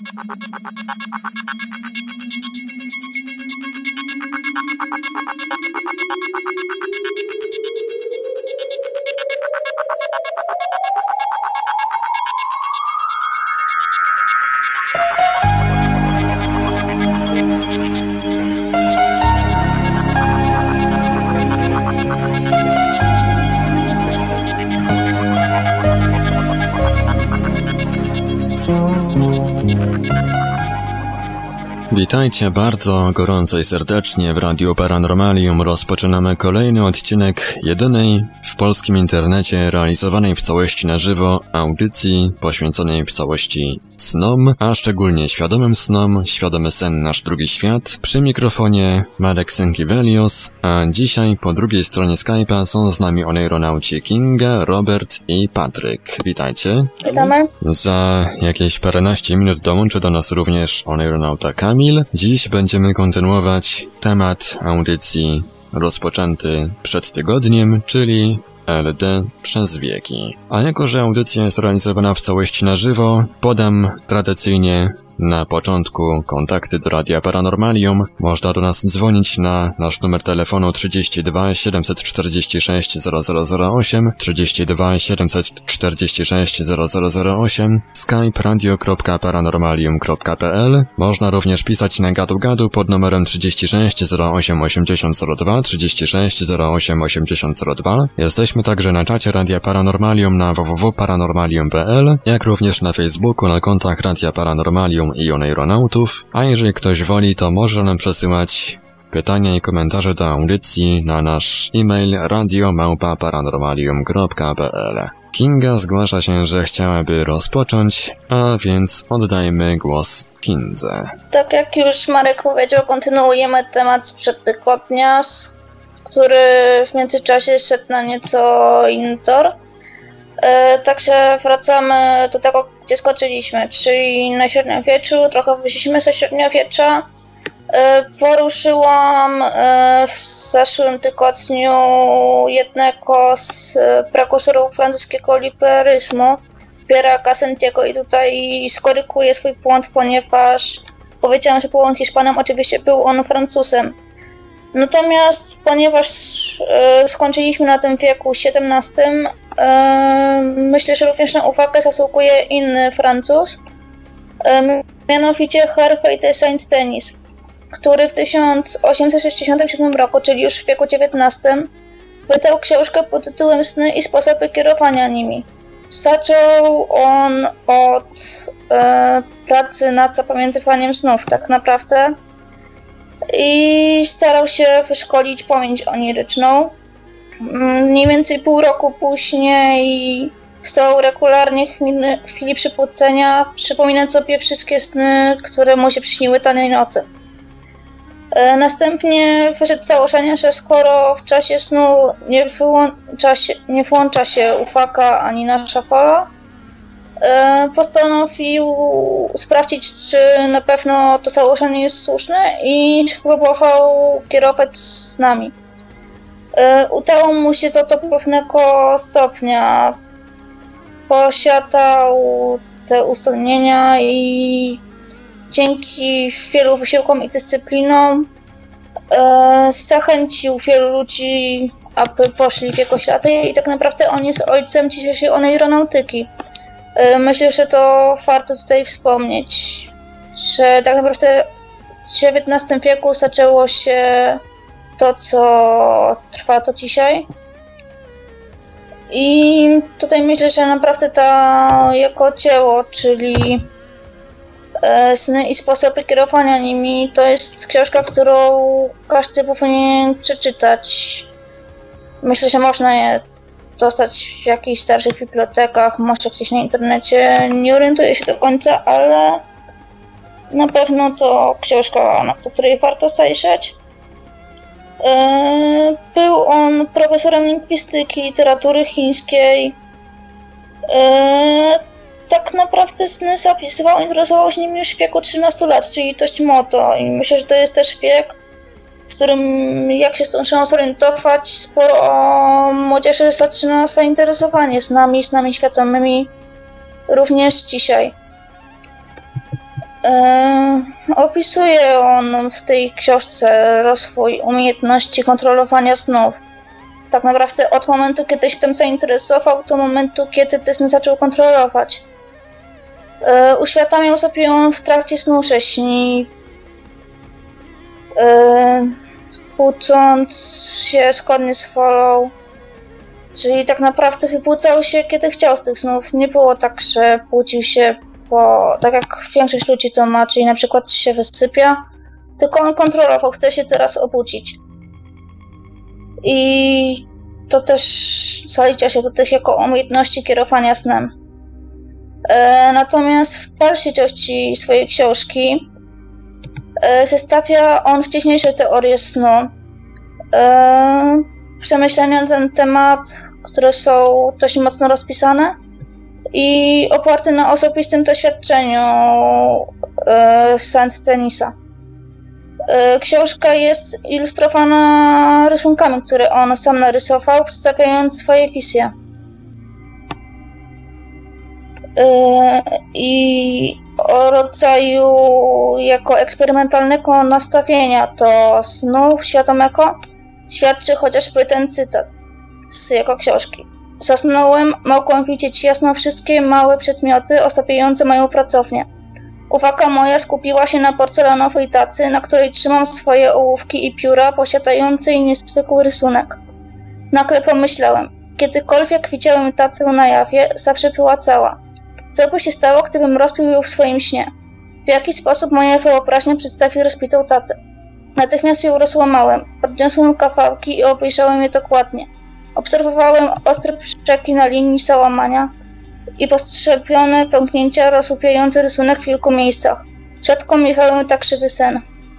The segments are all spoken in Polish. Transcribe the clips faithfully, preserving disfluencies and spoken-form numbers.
Witajcie bardzo gorąco i serdecznie w Radiu Paranormalium. Rozpoczynamy kolejny odcinek jedynej w polskim internecie realizowanej w całości na żywo audycji poświęconej w całości snom, a szczególnie świadomym snom, Świadomy sen, nasz drugi świat. Przy mikrofonie Marek Sękiewelios, a dzisiaj po drugiej stronie Skype'a są z nami oneironauci Kinga, Robert i Patryk. Witajcie. Witamy. Za jakieś paręnaście minut dołączy do nas również oneironauta Kamil. Dziś będziemy kontynuować temat audycji rozpoczęty przed tygodniem, czyli L D przez wieki. A jako że audycja jest realizowana w całości na żywo, podam tradycyjnie na początku kontakty do Radia Paranormalium. Można do nas dzwonić na nasz numer telefonu trzydzieści dwa siedemset czterdzieści sześć zero zero zero osiem, trzydzieści dwa siedemset czterdzieści sześć zero zero zero osiem, skype radio kropka paranormalium kropka p l. Można również pisać na gadu gadu pod numerem trzydzieści sześć zero osiem osiemdziesiąt zero dwa, trzydzieści sześć zero osiem osiemdziesiąt zero dwa. Jesteśmy także na czacie Radia Paranormalium na w w w kropka paranormalium kropka p l, jak również na Facebooku na kontach Radia Paranormalium i oneironautów, a jeżeli ktoś woli, to może nam przesyłać pytania i komentarze do audycji na nasz e-mail radio małpa paranormalium kropka p l. Kinga zgłasza się, że chciałaby rozpocząć, a więc oddajmy głos Kindze. Tak jak już Marek powiedział, kontynuujemy temat sprzed tygodnia, który w międzyczasie szedł na nieco inny tor. E, także wracamy do tego, gdzie skończyliśmy, czyli na średniowieczu, trochę wyszliśmy ze średniowiecza. E, poruszyłam e, w zeszłym tygodniu jednego z e, prekursorów francuskiego liberyzmu, Pierre'a Gassendiego, i tutaj skoryguję swój błąd, ponieważ powiedziałam, że był on Hiszpanem, oczywiście był on Francuzem. Natomiast ponieważ e, skończyliśmy na tym wieku siedemnastym, e, myślę, że również na uwagę zasługuje inny Francuz, e, mianowicie Hervé de Saint-Denis, który w tysiąc osiemset sześćdziesiątym siódmym roku, czyli już w wieku dziewiętnastym, wydał książkę pod tytułem Sny i sposoby kierowania nimi. Zaczął on od e, pracy nad zapamiętywaniem snów, tak naprawdę, i starał się wyszkolić pamięć oniryczną. Mniej więcej pół roku później wstał regularnie w chwili przybudzenia, przypominając sobie wszystkie sny, które mu się przyśniły danej nocy. Następnie wyszedł z założenia, że skoro w czasie snu nie wyłącza się, nie włącza się ufaka ani nasza fala, postanowił sprawdzić, czy na pewno to założenie jest słuszne, i spróbował kierować z nami. Udało mu się to do pewnego stopnia. Posiadał te uzdolnienia i dzięki wielu wysiłkom i dyscyplinom zachęcił wielu ludzi, aby poszli w jego ślady, i tak naprawdę on jest ojcem dzisiejszej oneironautyki. Myślę, że to warto tutaj wspomnieć, że tak naprawdę w dziewiętnastym wieku zaczęło się to, co trwa do dzisiaj. I tutaj myślę, że naprawdę ta jego dzieło, czyli Sny i sposoby kierowania nimi, to jest książka, którą każdy powinien przeczytać. Myślę, że można je dostać w jakichś starszych bibliotekach, może gdzieś na internecie, nie orientuję się do końca, ale na pewno to książka, na której warto zajrzeć. Był on profesorem lingwistyki, literatury chińskiej. Tak naprawdę sny zapisywał, interesował się nim już w wieku trzynastu lat, czyli dość młodo, i myślę, że to jest też wiek, w którym, jak się zdążyłam zorientować, sporo młodzieży zaczyna zainteresowanie snami, snami świadomymi również dzisiaj. E, opisuje on w tej książce rozwój umiejętności kontrolowania snów. Tak naprawdę od momentu, kiedy się tym zainteresował, do momentu, kiedy te sny zaczął kontrolować. E, uświadamiał sobie on w trakcie snu, że śni, e, płucząc się zgodnie z wolą. Czyli tak naprawdę wypłucał się, kiedy chciał z tych snów. Nie było tak, że płucił się po, tak jak większość ludzi to ma, czyli na przykład się wysypia, tylko on kontrolował, chce się teraz obudzić. I to też zalicza się do tych jako umiejętności kierowania snem. E, natomiast w dalszej części swojej książki e, zestawia on wcześniejsze teorie snu, e, przemyślenia na ten temat, które są dość mocno rozpisane i oparte na osobistym doświadczeniu e, Saint-Denisa. E, książka jest ilustrowana rysunkami, które on sam narysował, przedstawiając swoje wizje. E, I o rodzaju jako eksperymentalnego nastawienia do snu świadomego świadczy chociażby ten cytat z jego książki. Zasnąłem, mogłem widzieć jasno wszystkie małe przedmioty ozdabiające moją pracownię. Uwaga moja skupiła się na porcelanowej tacy, na której trzymam swoje ołówki i pióra posiadające niezwykły rysunek. Nagle pomyślałem, kiedykolwiek widziałem tacę na jawie, zawsze była cała. Co by się stało, gdybym rozpił ją w swoim śnie? W jaki sposób moja wyobraźnia przedstawi rozbitą tacę? Natychmiast ją rozłamałem, odniosłem kawałki i obejrzałem je dokładnie. Obserwowałem ostre przyczeki na linii załamania i postrzepione pęknięcia rozłupiające rysunek w kilku miejscach. Rzadko miewałem tak krzywy sen.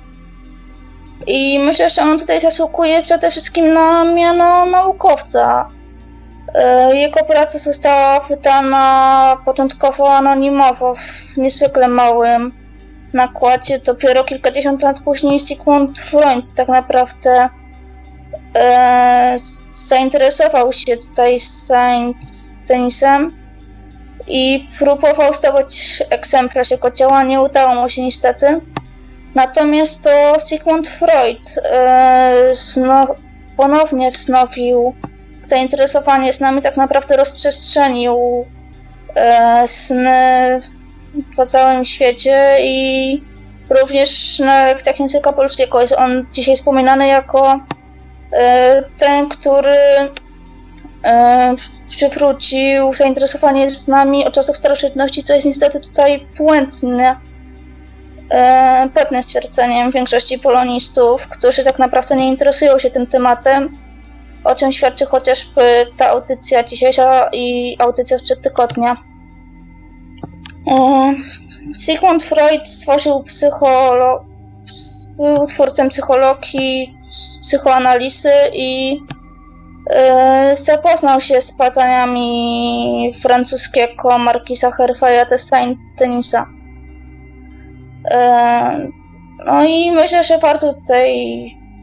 I myślę, że on tutaj zasługuje przede wszystkim na miano naukowca. Jego praca została wydana początkowo anonimowo, w niezwykle małym nakładzie. Dopiero kilkadziesiąt lat później Sigmund Freud tak naprawdę e, zainteresował się tutaj Saint-Denisem i próbował zdobyć egzemplarz jego dzieła. Nie udało mu się niestety. Natomiast to Sigmund Freud e, zno, ponownie wznowił zainteresowanie snami, tak naprawdę rozprzestrzenił e, sny po całym świecie i również na lekcjach języka polskiego jest on dzisiaj wspominany jako e, ten, który e, przywrócił zainteresowanie snami od czasów starożytności, co jest niestety tutaj błędne, e, pewnym stwierdzeniem większości polonistów, którzy tak naprawdę nie interesują się tym tematem, o czym świadczy chociażby ta audycja dzisiejsza i audycja sprzed tygodnia. Sigmund Freud stworzył psycholo... był twórcą psychologii, psychoanalizy i yy, zapoznał się z badaniami francuskiego markiza Herveya de Saint-Denisa. Yy, no i myślę, że warto tutaj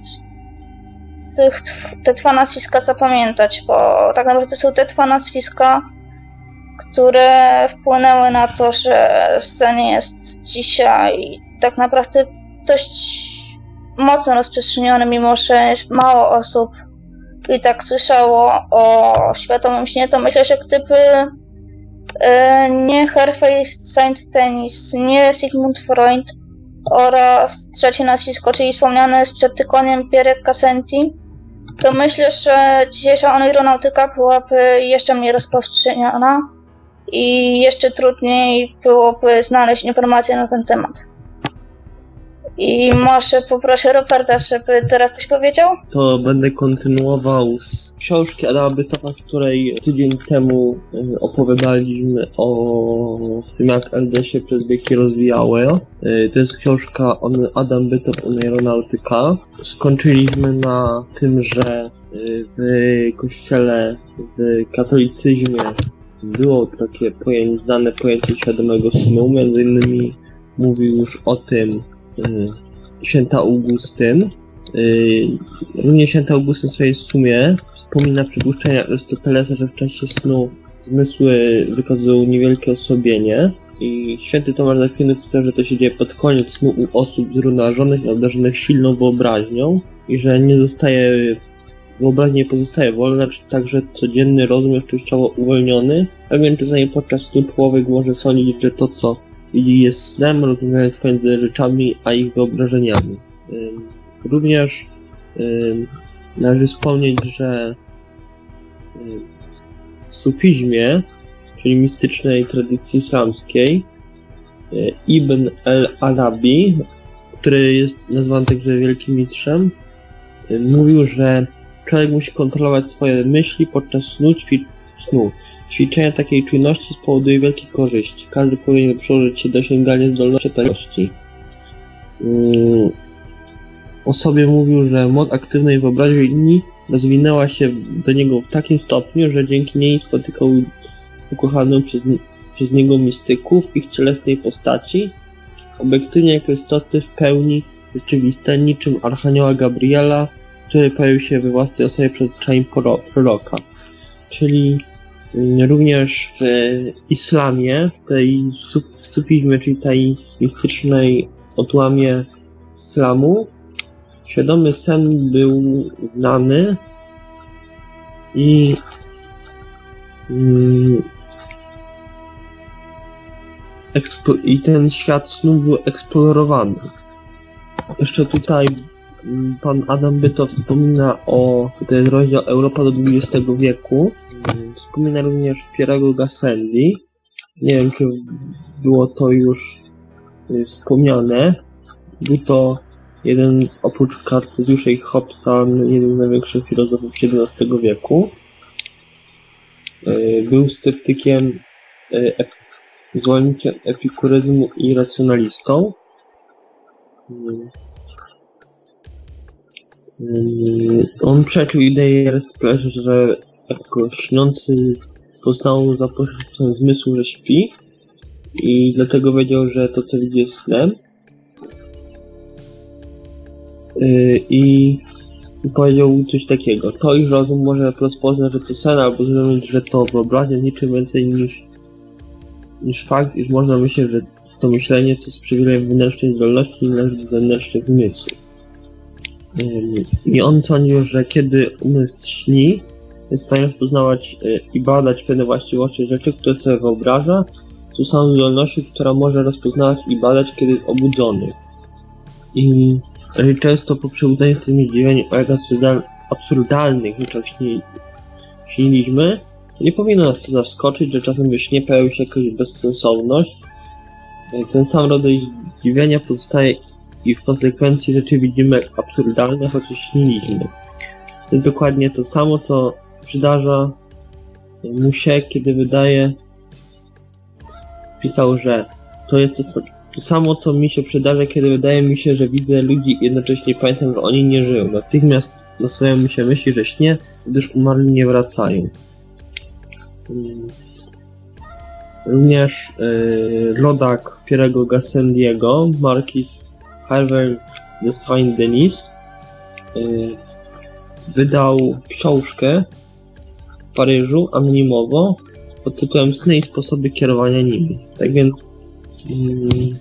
te dwa nazwiska zapamiętać, bo tak naprawdę to są te dwa nazwiska, które wpłynęły na to, że sen jest dzisiaj tak naprawdę dość mocno rozprzestrzeniony, mimo że mało osób i tak słyszało o świadomym śnie. To myślę, że gdyby nie Hervey Saint-Denis, nie Sigmund Freud oraz trzecie nazwisko, czyli wspomniane sprzed tygodniem Pierre Cassenti, to myślę, że dzisiejsza oneironautyka byłaby jeszcze mniej rozpowszechniona i jeszcze trudniej byłoby znaleźć informacje na ten temat. I może poproszę Roberta, żeby teraz coś powiedział? To będę kontynuował z książki Adama Bytowa, z której tydzień temu opowiadaliśmy o tym, jak L D się przez wieki rozwijały. To jest książka Adam Bytow, Oneironautyka. Skończyliśmy na tym, że w kościele, w katolicyzmie było takie pojęcie, znane pojęcie świadomego snu. Między innymi mówił już o tym Yy, święty Augustyn. Yy, również święty Augustyn w swojej sumie wspomina przypuszczenia Arystotelesa, że w czasie snu zmysły wykazują niewielkie osłabienie i święty Tomasz z Akwinu pisał, że to się dzieje pod koniec snu u osób zrównoważonych i obdarzonych silną wyobraźnią i że nie zostaje, wyobraźnia nie pozostaje wolna, także codzienny rozum jest częściowo uwolniony, a więc czasami podczas snu człowiek może sądzić, że to, co widzi, jest snem, rozmawiając pomiędzy rzeczami a ich wyobrażeniami. Również należy wspomnieć, że w sufizmie, czyli mistycznej tradycji islamskiej, Ibn al-Arabi, który jest nazwany także wielkim mistrzem, mówił, że człowiek musi kontrolować swoje myśli podczas snu, ćwi- snu. Ćwiczenie takiej czujności spowoduje wielkie korzyści. Każdy powinien przyłożyć się do osiągania zdolności tajności. Hmm. O sobie mówił, że moc aktywnej wyobraźni rozwinęła się do niego w takim stopniu, że dzięki niej spotykał ukochanych przez, przez niego mistyków ich cielesnej postaci, obiektywnie jako istoty w pełni rzeczywiste, niczym Archanioła Gabriela, który pojawił się we własnej osobie przed oczami proroka. Czyli y, również w islamie, w tej w sufizmie, czyli tej mistycznej odłamie islamu, świadomy sen był znany i mm, ekspo- i ten świat snu był eksplorowany. Jeszcze tutaj mm, pan Adam Byto wspomina o, to jest rozdział Europa do dwudziestego wieku, mm, wspomina również Pierego Gassendi. Nie wiem, czy było to już y, wspomniane. Był to jeden, oprócz Kartezjusza i Hobbesa, jeden z największych filozofów siedemnastego wieku. Był sceptykiem, zwolennikiem epikuryzmu i racjonalistą. On przeczył ideę Arystotelesa, że jako śniący poznał za pośrednictwem zmysłu, że śpi i dlatego wiedział, że to, co widzi, jest snem. I powiedział coś takiego: to, iż rozum może rozpoznać, że to sen, albo zrozumieć, że to wyobraźnia, niczym więcej niż, niż fakt, iż można myśleć, że to myślenie, co z przywilejem wewnętrznej zdolności, nie należy do zewnętrznych umysłów. I on sądził, że kiedy umysł śni, jest w stanie rozpoznawać i badać pewne właściwości rzeczy, które sobie wyobraża, tą samą zdolnością, która może rozpoznawać i badać, kiedy jest obudzony. I często po przebudzeniu jesteśmy zdziwieni, o jak absurdalnych rzeczach śni, śniliśmy. Nie powinno nas to zaskoczyć, że czasem we śnie pojawi się jakaś bezsensowność. Ten sam rodzaj zdziwienia pozostaje i w konsekwencji rzeczy widzimy jak absurdalne, chociaż śniliśmy. To jest dokładnie to samo, co przydarza mu się, kiedy wydaje, pisał, że to jest to, to samo, co mi się przydarza, kiedy wydaje mi się, że widzę ludzi i jednocześnie pamiętam, że oni nie żyją. Natychmiast nasuwają mi się myśli, że śnie, gdyż umarli nie wracają. Również yy, rodak Pierego Gassendiego, Marquis Harvey de Saint-Denis, yy, wydał książkę w Paryżu anonimowo pod tytułem Sny i sposoby kierowania nimi. Tak więc yy,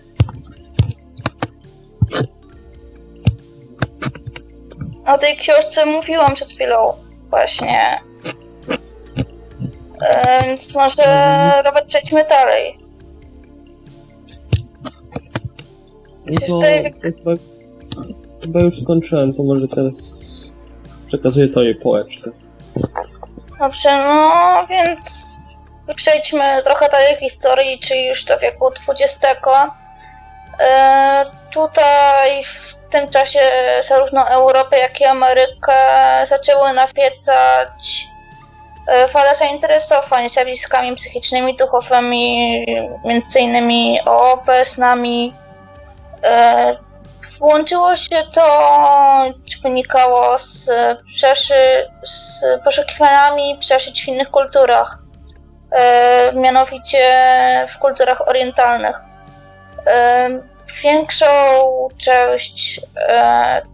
o tej książce mówiłam przed chwilą właśnie. E, więc może mhm. Robert, przejdźmy dalej. No to, tutaj... to chyba, chyba już skończyłem, to może teraz przekazuję tobie pałeczkę. Dobrze, no więc przejdźmy trochę dalej w historii, czyli już do wieku dwudziestego. E, tutaj w tym czasie zarówno Europę, jak i Amerykę zaczęły nawiedzać fala zainteresowań zjawiskami psychicznymi, duchowymi, między innymi O O P, snami. E, włączyło się to, czy wynikało z, przeszy, z poszukiwaniami przeszyć w innych kulturach, e, mianowicie w kulturach orientalnych. E, większą część e,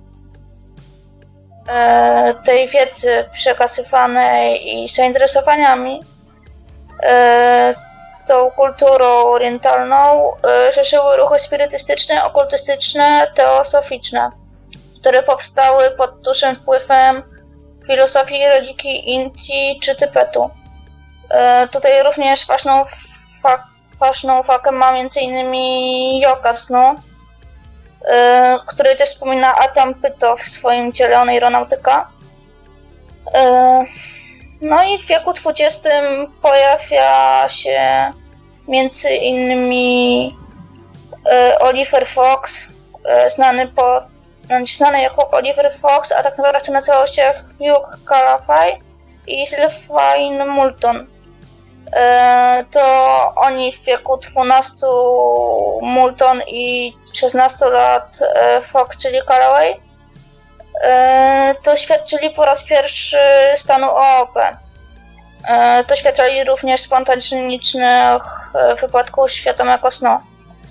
tej wiedzy przekazywanej i zainteresowaniami e, tą kulturą orientalną e, szerzyły ruchy spirytystyczne, okultystyczne, teosoficzne, które powstały pod dużym wpływem filozofii i religii Indii czy Tybetu. E, tutaj również ważną, fa ważną wagę ma między innymi yoga snu, e, który też wspomina Adam Pyto w swoim dziele Oneironautyka. E, no i w wieku dwudziestym pojawia się między innymi e, Oliver Fox, e, znany, po, znany jako Oliver Fox, a tak naprawdę nazywał się Hugh Calafay i Sylvain Moulton. E, to oni w wieku dwunastu Moulton i szesnastu lat e, Fox, czyli Callaway, e, doświadczyli po raz pierwszy stanu O O P. E, doświadczali również spontanicznych e, wypadków świadomego snu.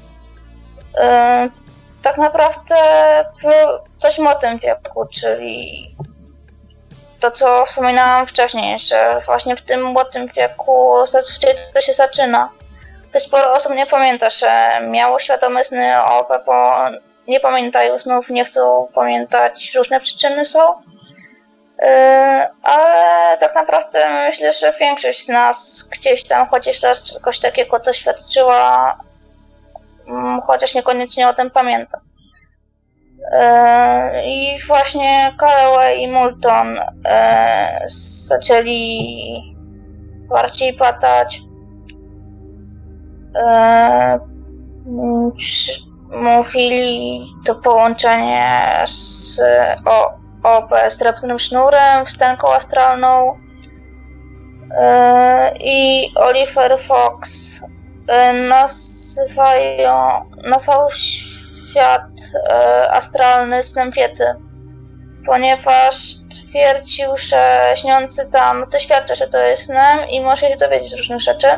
E, tak naprawdę coś o tym wieku, czyli to, co wspominałam wcześniej, że właśnie w tym młodym wieku zazwyczaj to się zaczyna. To sporo osób nie pamięta, że miało świadome sny O O P, bo nie pamiętają snów, nie chcą pamiętać, różne przyczyny są. Yy, ale tak naprawdę myślę, że większość z nas gdzieś tam chociaż raz czegoś takiego doświadczyła, chociaż niekoniecznie o tym pamięta. Yy, I właśnie Callaway i Moulton yy, zaczęli bardziej badać, yy, mówili to połączenie z O O P z srebrnym sznurem, wstęgą astralną, yy, i Oliver Fox yy, nazywają, nazwał świat yy, astralny snem wiedzy, ponieważ twierdził, że śniący tam doświadcza, że to jest snem i może się dowiedzieć różnych rzeczy.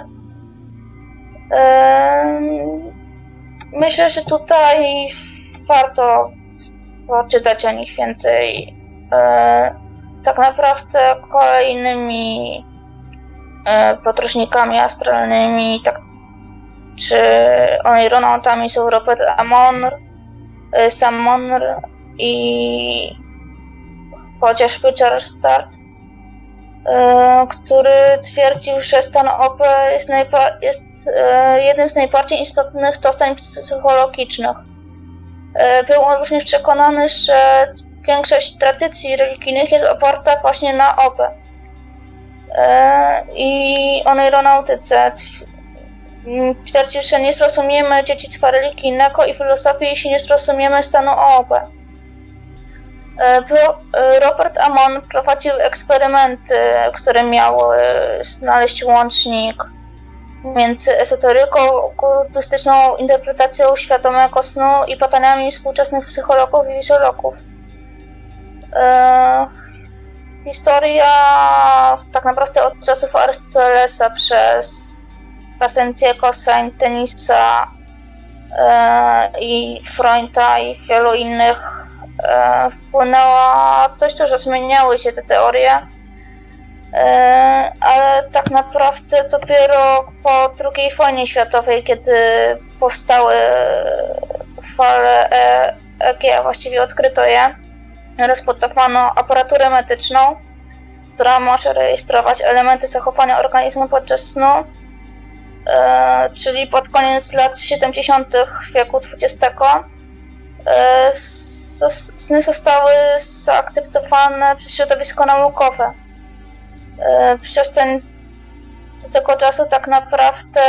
Yy, myślę, że tutaj warto poczytać o nich więcej. E, tak naprawdę kolejnymi e, podróżnikami astralnymi, tak, czy oneironautami są Robert Amon, e, Sam Monr i chociażby Charles Sturt, e, który twierdził, że stan O P jest, jest e, jednym z najbardziej istotnych doznań psychologicznych. Był on również przekonany, że większość tradycji religijnych jest oparta właśnie na O P i oneironautyce. Twierdził, że nie zrozumiemy dziedzictwa religijnego i filozofii, jeśli nie zrozumiemy stanu O O P. Robert Amon prowadził eksperymenty, które miały znaleźć łącznik między esoteryką, okultystyczną interpretacją świadomego snu i badaniami współczesnych psychologów i fizjologów. Eee, historia tak naprawdę od czasów Arystotelesa przez Cassandriego, Saint-Denisa eee, i Freuda i wielu innych eee, wpłynęła dość dużo, zmieniały się te teorie. Ale tak naprawdę dopiero po drugiej wojnie światowej, kiedy powstały fale E E G, a właściwie odkryto je, rozbudowano aparaturę medyczną, która może rejestrować elementy zachowania organizmu podczas snu, czyli pod koniec lat siedemdziesiątych wieku dwudziestego sny zostały zaakceptowane przez środowisko naukowe. Przez ten, do tego czasu tak naprawdę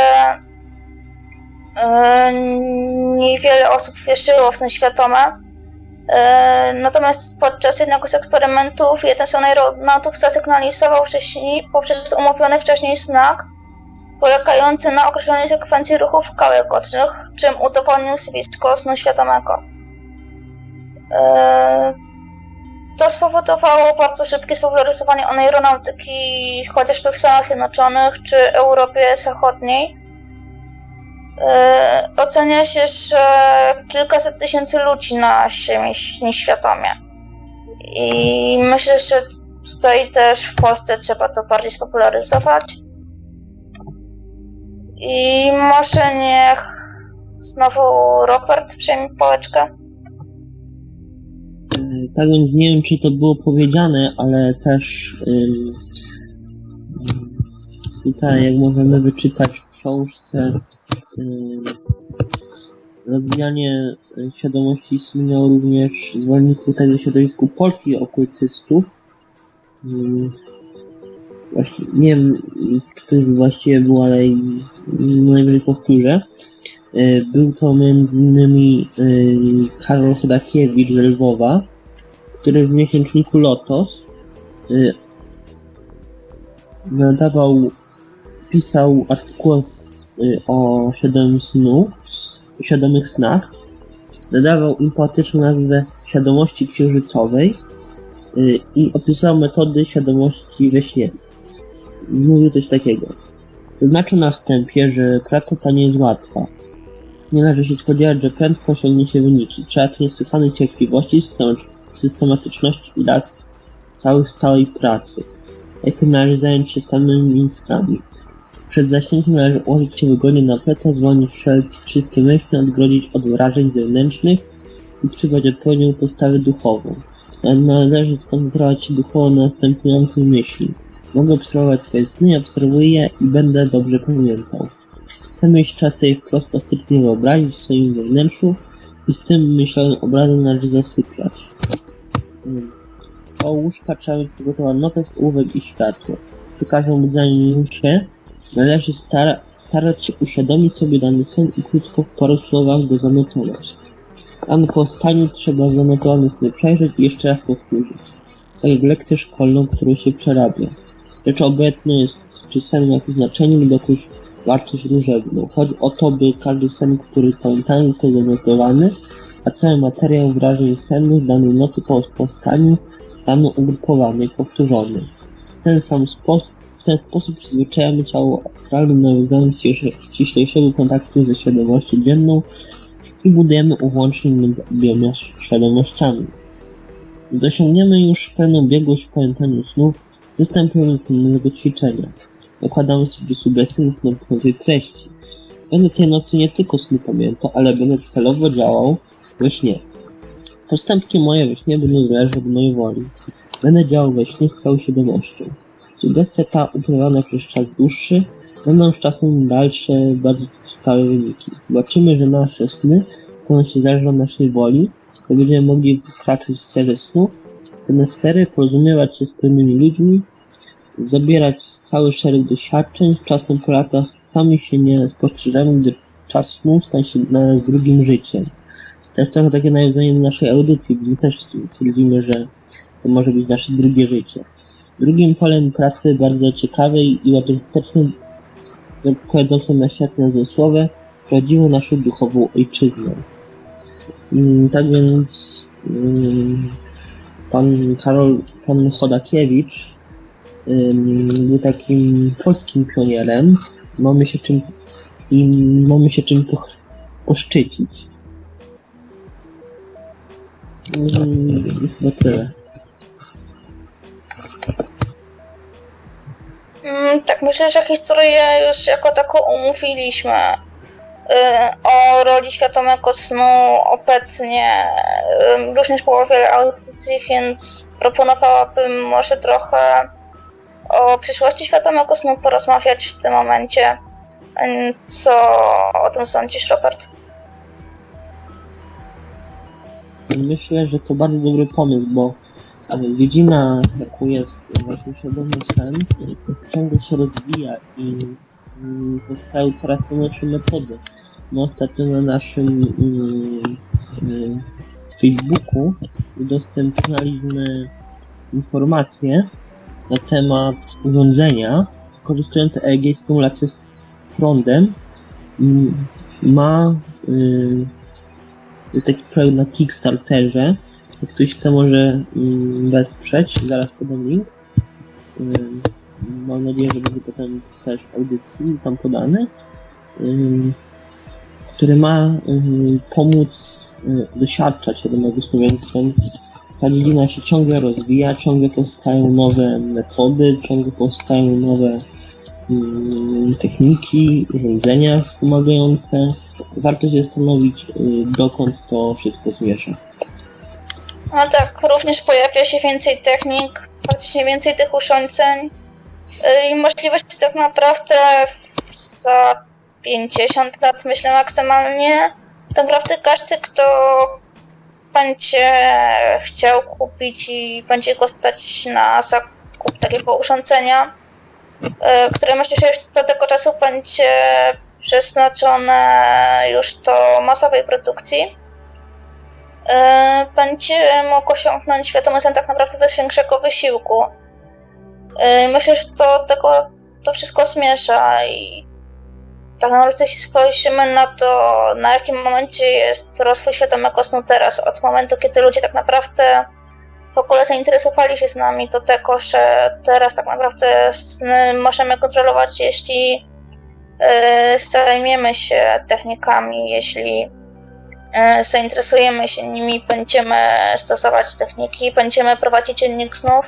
yy, niewiele osób wierzyło w sny świadome. Yy, natomiast podczas jednego z eksperymentów jeden z oneironautów zasygnalizował wcześniej, poprzez umówiony wcześniej znak polegający na określonej sekwencji ruchów gałek ocznych, czym udowodnił zjawisko snu świadomego. Yy, To spowodowało bardzo szybkie spopularyzowanie oneironautyki chociażby w Stanach Zjednoczonych czy Europie Zachodniej. Yy, ocenia się, że kilkaset tysięcy ludzi na ziemi śni świadomie. I myślę, że tutaj też w Polsce trzeba to bardziej spopularyzować. I może niech znowu Robert przejmie pałeczkę. Tak więc nie wiem, czy to było powiedziane, ale też ym, tutaj, jak możemy wyczytać w książce, ym, rozwijanie świadomości wspomniał również zwolenników tego środowisku polskich okultystów. Ym, właśnie, nie wiem, czy to właściwie było, ale najwyżej powtórzę. Yy, był to między innymi yy, Karol Chodakiewicz z Lwowa, który w miesięczniku Lotos y, nadawał, pisał artykuły y, o świadomym snu, świadomych snach, nadawał im poetyczną nazwę świadomości księżycowej y, i opisywał metody świadomości we śnie. Mówił coś takiego. Zaznaczył na wstępie, że praca ta nie jest łatwa. Nie należy się spodziewać, że prędko osiągnie się wyniki. Trzeba tu niesłychanej cierpliwości, systematyczności i lat całej stałej pracy. Najpierw należy zająć się samymi ministrami. Przed zaśnięciem należy ułożyć się wygodnie na plecach, zwolnić wszelkie wszystkie myśli, odgrodzić od wrażeń zewnętrznych i przybrać odpowiednią postawę duchową. Należy skoncentrować się duchowo na następującej myśli. Mogę obserwować swoje sny, obserwuję je i będę dobrze pamiętał. Chcę mieć czas sobie wprost plastycznie wyobrazić w swoim wewnętrzu i z tym myślałem obrazem należy zasypiać. O łóżka trzeba mieć przygotować notes, ołówek i światło. Przy każdym budzeniu się należy stara starać się uświadomić sobie dany sen i krótko w paru słowach go zanotować. Rano po wstaniu trzeba zanotowany sny przejrzeć i jeszcze raz powtórzyć. Tak jak lekcję szkolną, którą się przerabia. Rzecz obecna jest, czy sen ma jakieś znaczenie lub jakąś wartość różewną. Chodzi o to, by każdy sen, który pamiętamy, został zanotowany, a cały materiał wrażeń sennych danej nocy po powstaniu rano ugrupowany i powtórzony. W ten sam sposób, w ten sposób przyzwyczajamy ciało astralne do nawiązania ściślejszego kontaktu ze świadomością dzienną i budujemy ułącznik między obiema świadomościami. Gdy osiągniemy już pełną biegłość w pamiętaniu snów, występujemy do następnego ćwiczenia. Dokładamy sobie sugestie następującej treści. Będę tej nocy nie tylko sny pamiętał, ale będę celowo działał we śnie. Postępki moje we śnie będą zależeć od mojej woli. Będę działał we śnie z całą świadomością. Sugestia ta uprawiana przez czas dłuższy będą z czasem dalsze, bardziej stałe wyniki. Zobaczymy, że nasze sny staną się zależne od naszej woli, to będziemy mogli wkraczać w sferę snu, pewne sfery, porozumiewać się z pewnymi ludźmi, zabierać cały szereg doświadczeń, z czasem po latach sami się nie spostrzeżemy, gdy czas snu staje się dla nas drugim życiem. To jest trochę takie nawiązanie do naszej audycji, bo my też twierdzimy, że to może być nasze drugie życie. Drugim polem pracy bardzo ciekawej i ładowskutecznej, wkładającą na świat nazwę prawdziwą naszą duchową ojczyznę. Tak więc pan Karol, pan Chodakiewicz był takim polskim pionierem. Mamy się czym i mamy się czym po, poszczycić. I chyba tyle. Mm, tak, myślę, że historię już jako taką omówiliśmy. O roli świadomego snu obecnie również było wiele audycji, więc proponowałabym może trochę o przyszłości świadomego snu porozmawiać w tym momencie. Co o tym sądzisz, Robert? Myślę, że to bardzo dobry pomysł, bo dziedzina, jaką jest właśnie świadomy sen, ciągle się rozwija i powstają coraz to nowsze metody. My ostatnio na naszym yy, yy, Facebooku udostępnialiśmy informacje na temat urządzenia wykorzystujące E E G stymulację z prądem. Yy, ma yy, jest taki projekt na Kickstarterze. Jak ktoś chce, może yy, wesprzeć. Zaraz podam link. Yy, mam nadzieję, że będzie potem też w audycji tam podany. Yy, który ma y, pomóc y, doświadczać świadomego snu, więc ta dziedzina się ciągle rozwija, ciągle powstają nowe metody, ciągle powstają nowe mm, techniki, urządzenia wspomagające. Warto się zastanowić, y, dokąd to wszystko zmierza. No tak, również pojawia się więcej technik, faktycznie więcej tych urządzeń yy, i możliwości tak naprawdę za pięćdziesiąt lat, myślę maksymalnie. Tak naprawdę każdy, kto będzie chciał kupić i będzie go stać na zakup takiego urządzenia, yy, które myślę, że już do tego czasu będzie przeznaczone już do masowej produkcji, Yy, będzie mógł osiągnąć świadomy sen tak naprawdę bez większego wysiłku. Yy, myślę, że to tego to wszystko zmierza i tak naprawdę jeśli spojrzymy na to, na jakim momencie jest rozwój świadomego snu teraz, od momentu, kiedy ludzie tak naprawdę w ogóle zainteresowali się snami, do tego, że teraz tak naprawdę sny możemy kontrolować, jeśli yy, zajmiemy się technikami, jeśli zainteresujemy się nimi, będziemy stosować techniki, będziemy prowadzić dziennik snów,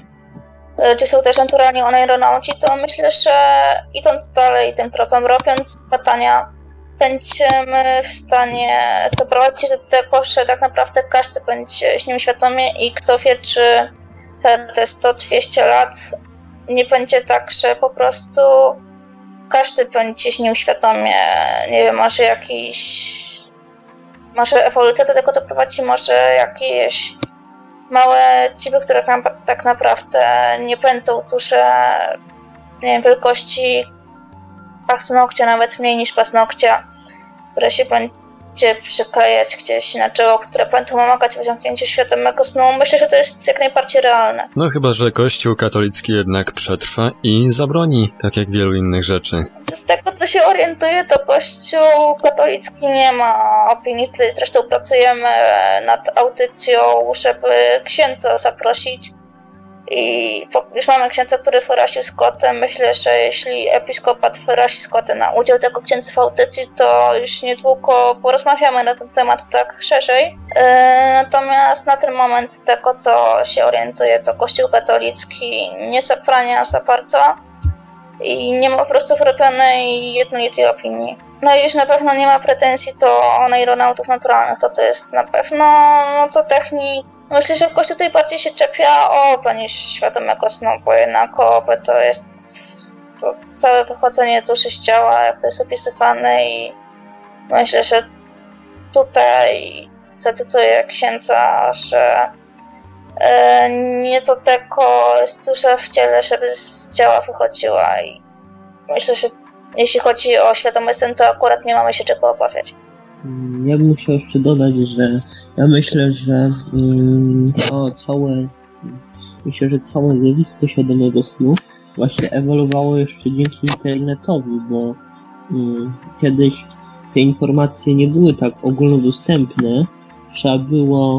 czy są też naturalnie oneironauci, to myślę, że idąc dalej tym tropem, robiąc badania, będziemy w stanie doprowadzić do tego, że tak naprawdę każdy będzie z nim świadomie i kto wie, czy te sto dwieście lat nie będzie tak, że po prostu każdy będzie z nim świadomie, nie wiem, może jakiś Może ewolucja do tego doprowadzi, może jakieś małe chipy, które tam tak naprawdę nie będą duże, nie wiem, wielkości paznokcia, nawet mniej niż paznokcia, które się będzie przyklejać gdzieś na czoło, które będą pomagać w osiągnięciu świadomego snu. Myślę, że to jest jak najbardziej realne. No chyba, że Kościół katolicki jednak przetrwa i zabroni, tak jak wielu innych rzeczy. Z tego, co się orientuję, to Kościół katolicki nie ma opinii. Tutaj zresztą pracujemy nad audycją, żeby księdza zaprosić. I już mamy księdza, który wyraził zgodę. Myślę, że jeśli episkopat wyrazi zgodę na udział tego księdza w audycji, to już niedługo porozmawiamy na ten temat tak szerzej. Natomiast na ten moment, z tego co się orientuję, to Kościół katolicki nie zabrania za bardzo i nie ma po prostu wyrobionej jednolitej opinii. No i już na pewno nie ma pretensji do oneironautów naturalnych, to to jest na pewno, no to technik. Myślę, że Kościół tutaj bardziej się czepia O B niż świadomego snu, bo jednak O B to jest to całe wychodzenie duszy z ciała, jak to jest opisywane, i myślę, że tutaj zacytuję księdza, że e, nie do tego jest dusza w ciele, żeby z ciała wychodziła, i myślę, że jeśli chodzi o świadomy sen, to akurat nie mamy się czego obawiać. Ja bym musiał jeszcze dodać, że ja myślę, że um, to całe, myślę, że całe zjawisko świadomego snu właśnie ewoluowało jeszcze dzięki internetowi, bo um, kiedyś te informacje nie były tak ogólnodostępne, trzeba było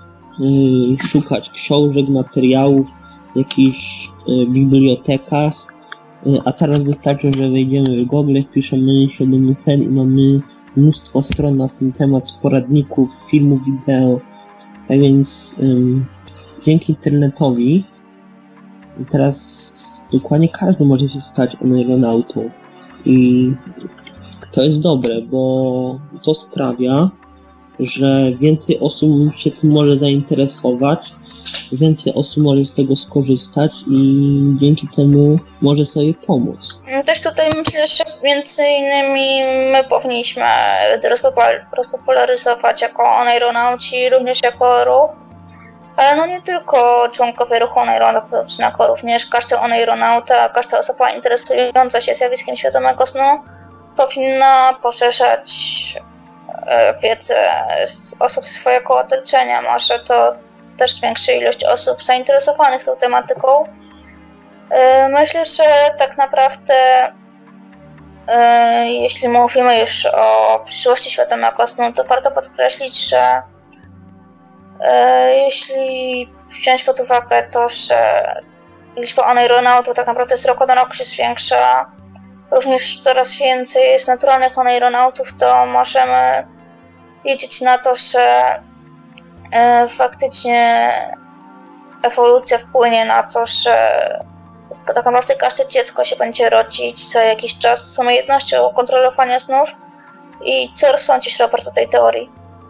um, szukać książek, materiałów w jakichś um, bibliotekach, um, a teraz wystarczy, że wejdziemy w Google, wpiszemy świadomy sen i mamy mnóstwo stron na ten temat, poradników, filmów, wideo. Tak więc um, dzięki internetowi teraz dokładnie każdy może się stać oneironautą. I to jest dobre, bo to sprawia, że więcej osób się tym może zainteresować, więcej osób może z tego skorzystać i dzięki temu może sobie pomóc. Też tutaj myślę, że między innymi my powinniśmy rozpopularyzować jako oneironauci, również jako ruch, ale no nie tylko członkowie ruchu oneironautycznego, również każdy oneironauta, każda osoba interesująca się zjawiskiem świadomego snu powinna poszerzać wiedzę osób z swojego otoczenia. Może to też zwiększy ilość osób zainteresowanych tą tematyką. Myślę, że tak naprawdę jeśli mówimy już o przyszłości świadomego snu, to warto podkreślić, że jeśli wziąć pod uwagę to, że liczba oneironautów tak naprawdę z roku na rok się zwiększa, również coraz więcej jest naturalnych oneironautów, to możemy liczyć na to, że faktycznie ewolucja wpłynie na to, że tak naprawdę każde dziecko się będzie rodzić za jakiś czas z umiejętnością kontrolowania snów. I co sądzisz, Robert, o tej teorii?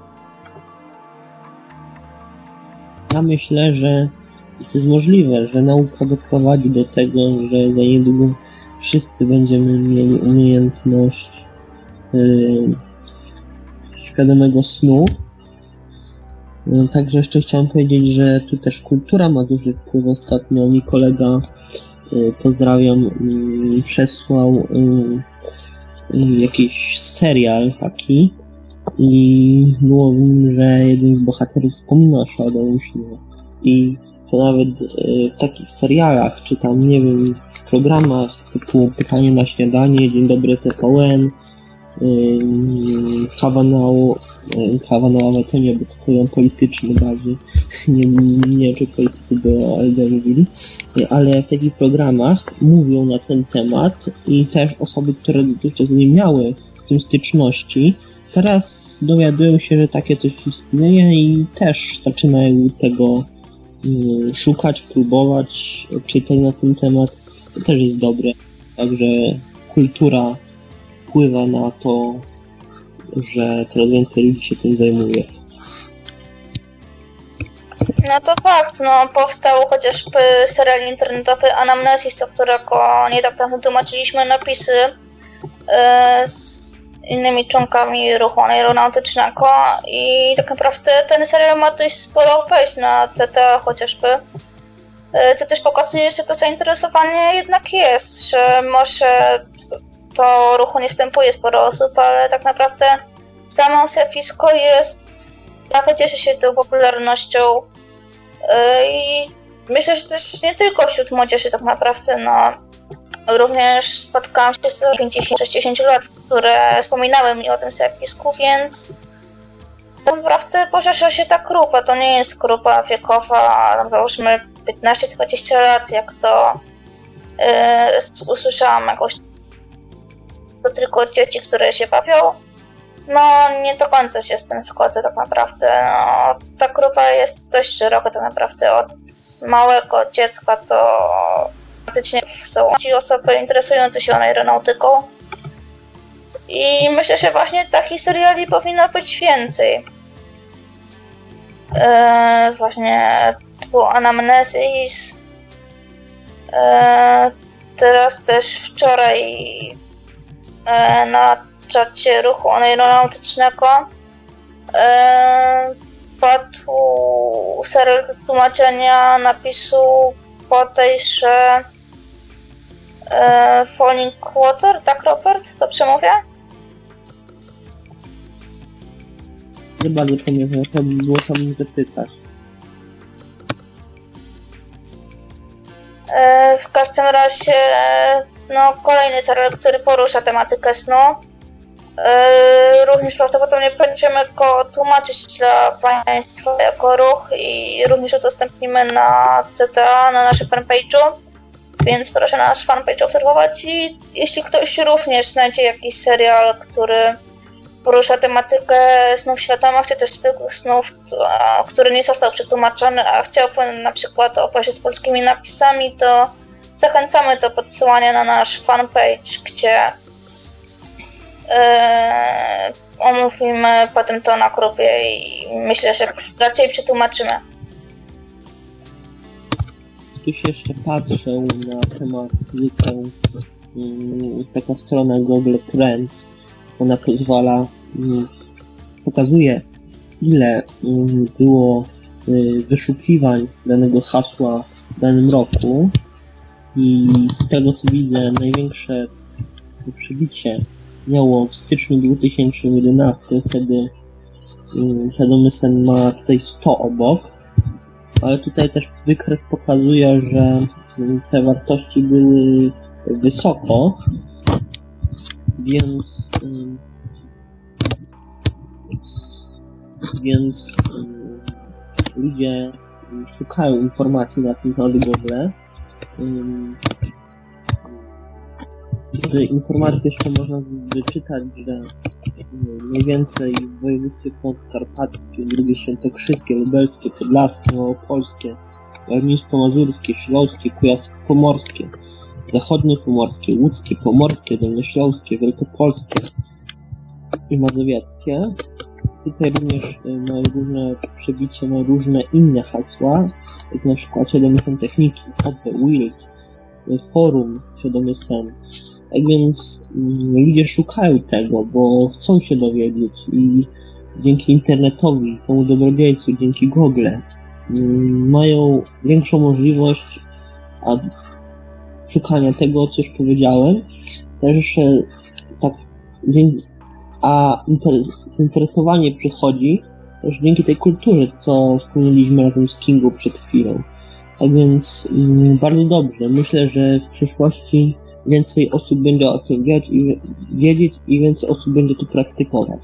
Ja myślę, że to jest możliwe, że nauka doprowadzi do tego, że za niedługo wszyscy będziemy mieli umiejętność yy, świadomego snu. Yy, także jeszcze chciałem powiedzieć, że tu też kultura ma duży wpływ. Ostatnio mi kolega, yy, pozdrawiam, yy, przesłał yy, yy, jakiś serial taki i było w nim, że jeden z bohaterów wspomina o świadomym śnie. I to nawet yy, w takich serialach, czy tam, nie wiem, w programach typu Pytanie na śniadanie, Dzień dobry T V N, Kawa na kawa na ławę to nie, bo to program polityczny bardziej. Nie, nie wiem, czy politycy by o L D mówili, ale w takich programach mówią na ten temat i też osoby, które dotychczas nie miały z tym styczności, teraz dowiadują się, że takie coś istnieje i też zaczynają tego y, szukać, próbować, czytać na ten temat. To też jest dobre. Także kultura wpływa na to, że coraz więcej ludzi się tym zajmuje. No to fakt, no powstał chociażby serial internetowy Anamnesis, do którego nie tak dawno tłumaczyliśmy napisy yy, z innymi członkami ruchu aeronautycznego i tak naprawdę ten serial ma dość sporo wejść na C T A chociażby. Co też pokazuje, że to zainteresowanie jednak jest, że może to ruchu nie wstępuje sporo osób, ale tak naprawdę samo zjawisko jest, trochę cieszy się tą popularnością i myślę, że też nie tylko wśród młodzieży tak naprawdę, no również spotkałam się z pięćdziesięciu sześćdziesięciu lat, które wspominały mi o tym zjawisku, więc tak naprawdę poszerza się ta grupa, to nie jest grupa wiekowa, załóżmy piętnaście dwadzieścia lat, jak to yy, usłyszałam jakoś, to tylko dzieci, które się bawią. No nie do końca się z tym zgodzę tak naprawdę. No, ta grupa jest dość szeroka tak naprawdę, od małego dziecka to praktycznie są ci osoby interesujące się aeronautyką. I myślę, że właśnie takich seriali powinno być więcej. Yy, właśnie typu Anamnesis. Yy, teraz też wczoraj yy, na czacie ruchu aeronautycznego yy, padł serial do tłumaczenia napisu po tejże yy, Falling Water, tak Robert? To przemówię? Nie bardzo pamiętam, to by było tam zapytać. W każdym razie, no kolejny serial, który porusza tematykę snu. Również prawdopodobnie będziemy go tłumaczyć dla Państwa jako ruch i również udostępnimy na C T A, na naszym fanpage'u. Więc proszę nasz fanpage obserwować i jeśli ktoś również znajdzie jakiś serial, który porusza tematykę snów świadomych, czy też zwykłych snów, który nie został przetłumaczony, a chciałby na przykład obejrzeć z polskimi napisami, to zachęcamy do podsyłania na nasz fanpage, gdzie yy, omówimy potem to na grupie i myślę, że raczej przetłumaczymy. Tu się jeszcze patrzę na temat zykł, jest taka strona Google Trends. Ona pozwala, pokazuje, ile było wyszukiwań danego hasła w danym roku i z tego co widzę największe przebicie miało w styczniu dwa tysiące jedenastym, wtedy świadomy sen ma tutaj sto obok, ale tutaj też wykres pokazuje, że te wartości były wysoko, więc um, więc um, ludzie szukają informacji na tym temat Google. Um, z informacji jeszcze można wyczytać, że um, najwięcej w województwie podkarpackie, drugie świętokrzyskie, lubelskie, podlaskie, małopolskie, warmińsko-mazurskie, śląskie, kujawsko-pomorskie. zachodnie pomorskie, łódzkie, pomorskie, dolnośląskie, wielkopolskie i mazowieckie. Tutaj również y, mają różne przebicie, mają różne inne hasła, jak na przykład siedem sen techniki, O P, Wild, y, forum siedem sen. Tak więc y, ludzie szukają tego, bo chcą się dowiedzieć i dzięki internetowi, temu dobrodziejstwu, dzięki Google y, mają większą możliwość a, szukania tego, co już powiedziałem. Też jeszcze tak dzięki A zainteresowanie przychodzi też dzięki tej kulturze, co wspomnieliśmy razem z Kingą przed chwilą. Tak więc mm, bardzo dobrze. Myślę, że w przyszłości więcej osób będzie o tym wiedzieć i, wiedzieć i więcej osób będzie to praktykować.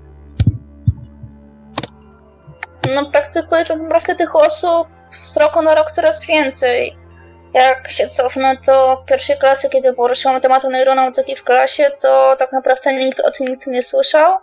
No praktykuje to naprawdę tych osób z roku na rok coraz więcej. Jak się cofnę do pierwszej klasy, kiedy poruszyłam temat neuronautyki w klasie, to tak naprawdę nikt o tym nigdy nie słyszał.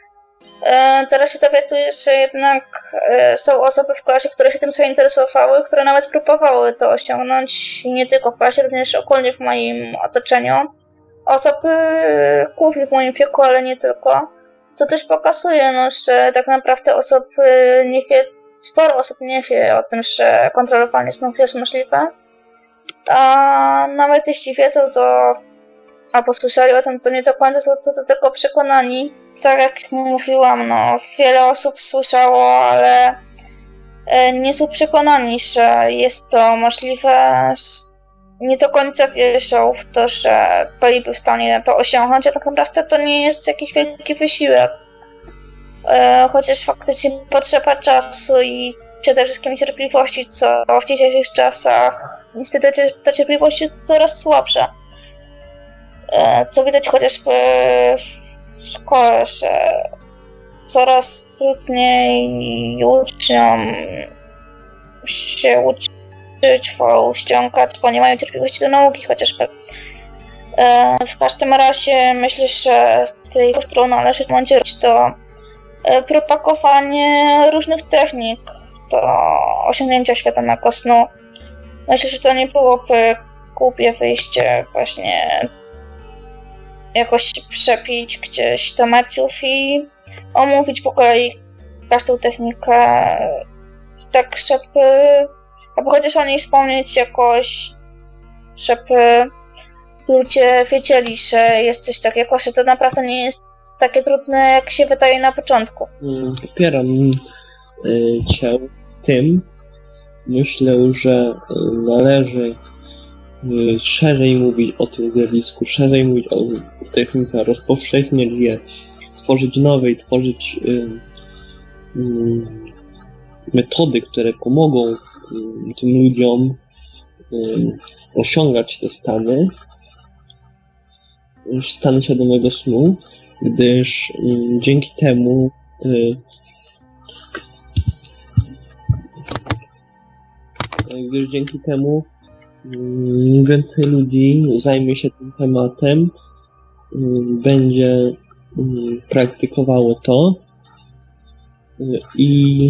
E, teraz się dowiaduję, że jednak e, są osoby w klasie, które się tym zainteresowały, które nawet próbowały to osiągnąć nie tylko w klasie, również ogólnie w moim otoczeniu. Osoby głównie w moim wieku, ale nie tylko. Co też pokazuje, no, że tak naprawdę osób nie wie, sporo osób nie wie o tym, że kontrolowanie snów jest możliwe. A nawet jeśli wiedzą, to albo słyszeli o tym, to nie do końca są to do tego przekonani. Tak jak mówiłam, no, wiele osób słyszało, ale nie są przekonani, że jest to możliwe. Nie do końca wierzą w to, że byliby w stanie to osiągnąć, a tak naprawdę to nie jest jakiś wielki wysiłek. Chociaż faktycznie potrzeba czasu i przede wszystkim cierpliwości, co w dzisiejszych czasach niestety ta cierpliwość jest coraz słabsza. Co widać chociażby w szkole, że coraz trudniej uczniom się uczyć, ściągać, bo nie mają cierpliwości do nauki chociażby. W każdym razie myślę, że tej, którą należy włączyć, to propagowanie różnych technik do osiągnięcia świadomego snu. Myślę, że to nie byłoby głupie wyjście właśnie jakoś przepić gdzieś do mediów i omówić po kolei każdą technikę, tak żeby, albo chociaż o niej wspomnieć jakoś, żeby ludzie wiedzieli, że jest coś takiego, że to naprawdę nie jest takie trudne, jak się wydaje na początku. Popieram y, cię tym. Myślę, że y, należy y, szerzej mówić o tym zjawisku, szerzej mówić o technikach, rozpowszechniać je, tworzyć nowe i tworzyć y, y, metody, które pomogą y, tym ludziom y, osiągać te stany, stany świadomego snu, gdyż y, dzięki temu y, gdyż dzięki temu y, więcej ludzi zajmie się tym tematem, y, będzie y, praktykowało to y, i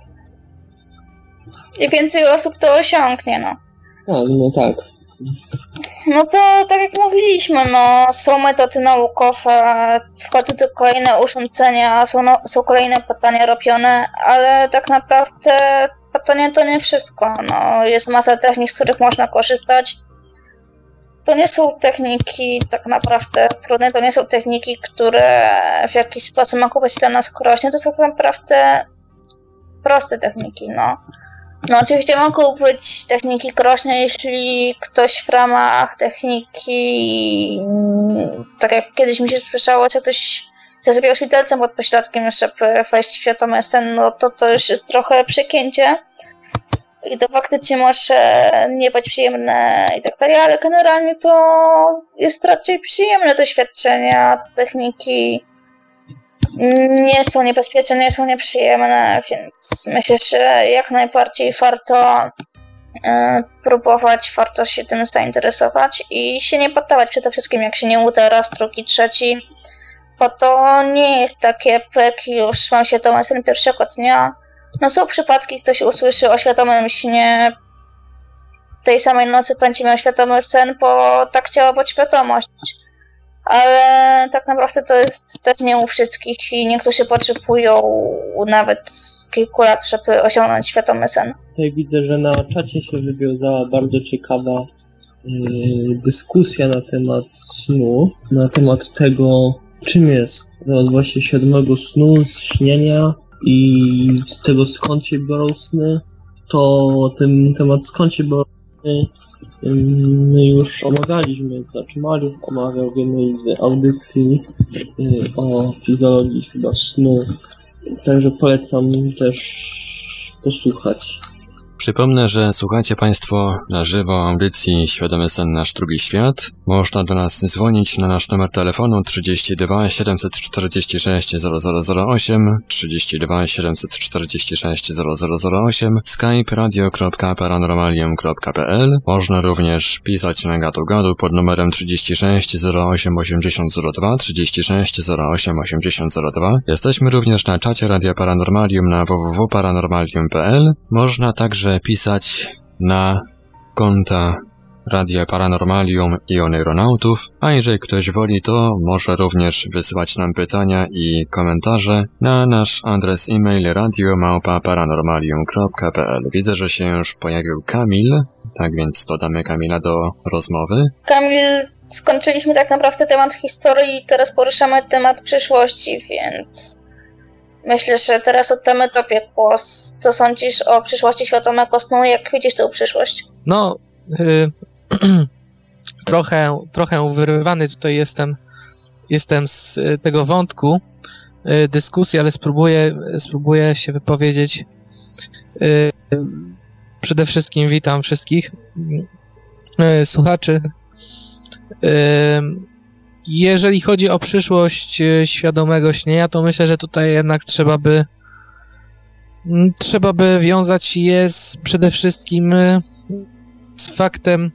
I więcej osób to osiągnie, no. tak, no tak. No bo tak jak mówiliśmy, no są metody naukowe, wchodzą tu kolejne urządzenia, są, no, są kolejne badania robione, ale tak naprawdę badania to nie wszystko. No, jest masa technik, z których można korzystać. To nie są techniki tak naprawdę trudne, to nie są techniki, które w jakiś sposób mogą być dla nas groźne, to są tak naprawdę proste techniki, no. No oczywiście mogą być techniki groźne, jeśli ktoś w ramach techniki, tak jak kiedyś mi się słyszało, że ktoś zabijał świtelcem pod pośladkiem, żeby wejść w świadomy sen, no to to już jest trochę przegięcie. I to faktycznie może nie być przyjemne i tak dalej, ale generalnie to jest raczej przyjemne doświadczenia. Techniki nie są niebezpieczne, nie są nieprzyjemne, więc myślę, że jak najbardziej warto e, próbować, warto się tym zainteresować i się nie poddawać przede wszystkim, jak się nie uda raz, drugi, trzeci, bo to nie jest takie pyk, już mam świadomy sen pierwszego dnia. No są przypadki, ktoś usłyszy o świadomym śnie tej samej nocy będzie miał świadomy sen, bo tak chciała być świadomość. Ale tak naprawdę to jest też nie u wszystkich i niektórzy potrzebują nawet kilku lat, żeby osiągnąć świadomy sen. Tutaj widzę, że na czacie się wywiązała bardzo ciekawa yy, dyskusja na temat snu, na temat tego, czym jest temat właśnie świadomego snu, śnienia i z tego, skąd się biorą sny. To ten temat, skąd się biorą sny, my już omawialiśmy, znaczy Mariusz omawiał w jednej z audycji yy, o fizjologii chyba snu, także polecam też posłuchać. Przypomnę, że słuchacie Państwo na żywo audycji Świadomy Sen Nasz Drugi Świat. Można do nas dzwonić na nasz numer telefonu trzydzieści dwa siedemset czterdzieści sześć zero zero zero osiem, trzydzieści dwa siedemset czterdzieści sześć zero zero zero osiem, skype radio kropka paranormalium kropka p l. Można również pisać na gadu gadu pod numerem trzydzieści sześć zero osiem osiemdziesiąt zero dwa, trzydzieści sześć zero osiem osiemdziesiąt zero dwa. Jesteśmy również na czacie Radia Paranormalium na w w w kropka paranormalium kropka p l. Można także pisać na konta Radia Paranormalium i Oneironautów, a jeżeli ktoś woli, to może również wysyłać nam pytania i komentarze na nasz adres e-mail radio małpa paranormalium kropka p l. Widzę, że się już pojawił Kamil, tak więc dodamy Kamila do rozmowy. Kamil, skończyliśmy tak naprawdę temat historii i teraz poruszamy temat przyszłości, więc myślę, że teraz oddamy Tobie głos. Co sądzisz o przyszłości świadomego snu? Jak widzisz tę przyszłość? No, yy, trochę, trochę wyrywany tutaj jestem, jestem z tego wątku yy, dyskusji, ale spróbuję, spróbuję się wypowiedzieć. Yy, przede wszystkim witam wszystkich yy, słuchaczy. Yy, Jeżeli chodzi o przyszłość świadomego śnienia, to myślę, że tutaj jednak trzeba by trzeba by wiązać je z, przede wszystkim z faktem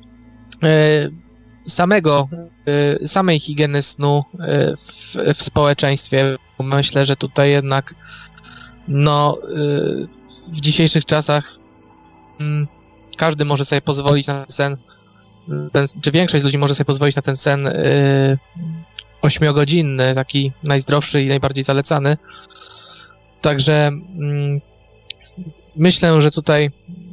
samego, samej higieny snu w, w społeczeństwie. Myślę, że tutaj jednak no, w dzisiejszych czasach każdy może sobie pozwolić na sen. Ten, czy większość ludzi może sobie pozwolić na ten sen yy, ośmiogodzinny, taki najzdrowszy i najbardziej zalecany. Także yy, myślę, że tutaj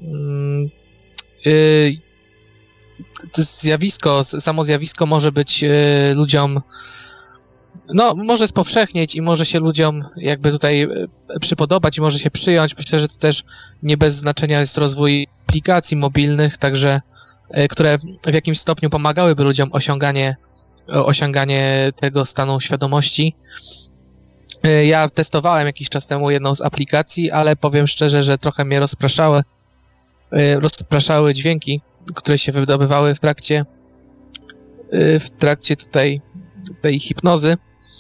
yy, to zjawisko, samo zjawisko może być yy, ludziom, no może spowszechnieć i może się ludziom jakby tutaj przypodobać i może się przyjąć. Myślę, że to też nie bez znaczenia jest rozwój aplikacji mobilnych, także które w jakimś stopniu pomagałyby ludziom osiąganie, osiąganie tego stanu świadomości. Ja testowałem jakiś czas temu jedną z aplikacji, ale powiem szczerze, że trochę mnie rozpraszały, rozpraszały dźwięki, które się wydobywały w trakcie, w trakcie tutaj tej hipnozy.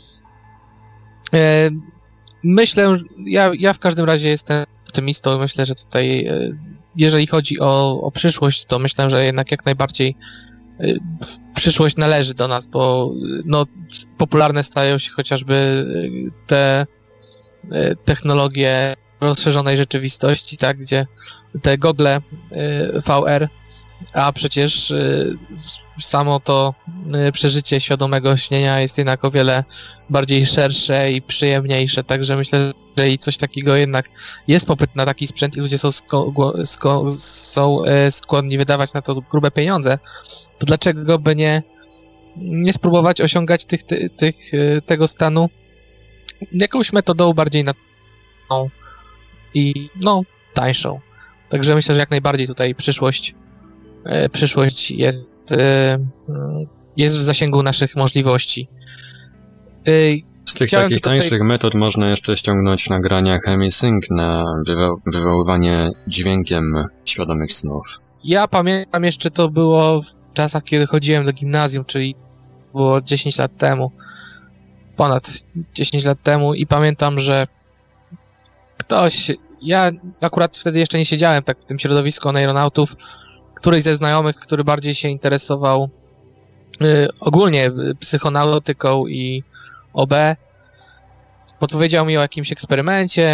Myślę, ja, ja w każdym razie jestem optymistą i myślę, że tutaj jeżeli chodzi o, o przyszłość, to myślę, że jednak jak najbardziej y, przyszłość należy do nas, bo no, popularne stają się chociażby y, te y, technologie rozszerzonej rzeczywistości, tak, gdzie te gogle y, V R, a przecież y, samo to y, przeżycie świadomego śnienia jest jednak o wiele bardziej szersze i przyjemniejsze, także myślę, że i coś takiego jednak jest popyt na taki sprzęt i ludzie są, sko- sko- są y, skłonni wydawać na to grube pieniądze, to dlaczego by nie, nie spróbować osiągać tych, ty, tych, y, tego stanu jakąś metodą bardziej naturalną i no tańszą. Także myślę, że jak najbardziej tutaj przyszłość Przyszłość jest, jest w zasięgu naszych możliwości. Z tych Chciałem takich tutaj... tańszych metod można jeszcze ściągnąć nagrania ChemiSync na wywo- wywoływanie dźwiękiem świadomych snów. Ja pamiętam jeszcze, to było w czasach, kiedy chodziłem do gimnazjum, czyli było dziesięć lat temu, ponad dziesięć lat temu i pamiętam, że ktoś, ja akurat wtedy jeszcze nie siedziałem tak w tym środowisku oneironautów, któryś ze znajomych, który bardziej się interesował y, ogólnie psychonautyką i O B, podpowiedział mi o jakimś eksperymencie,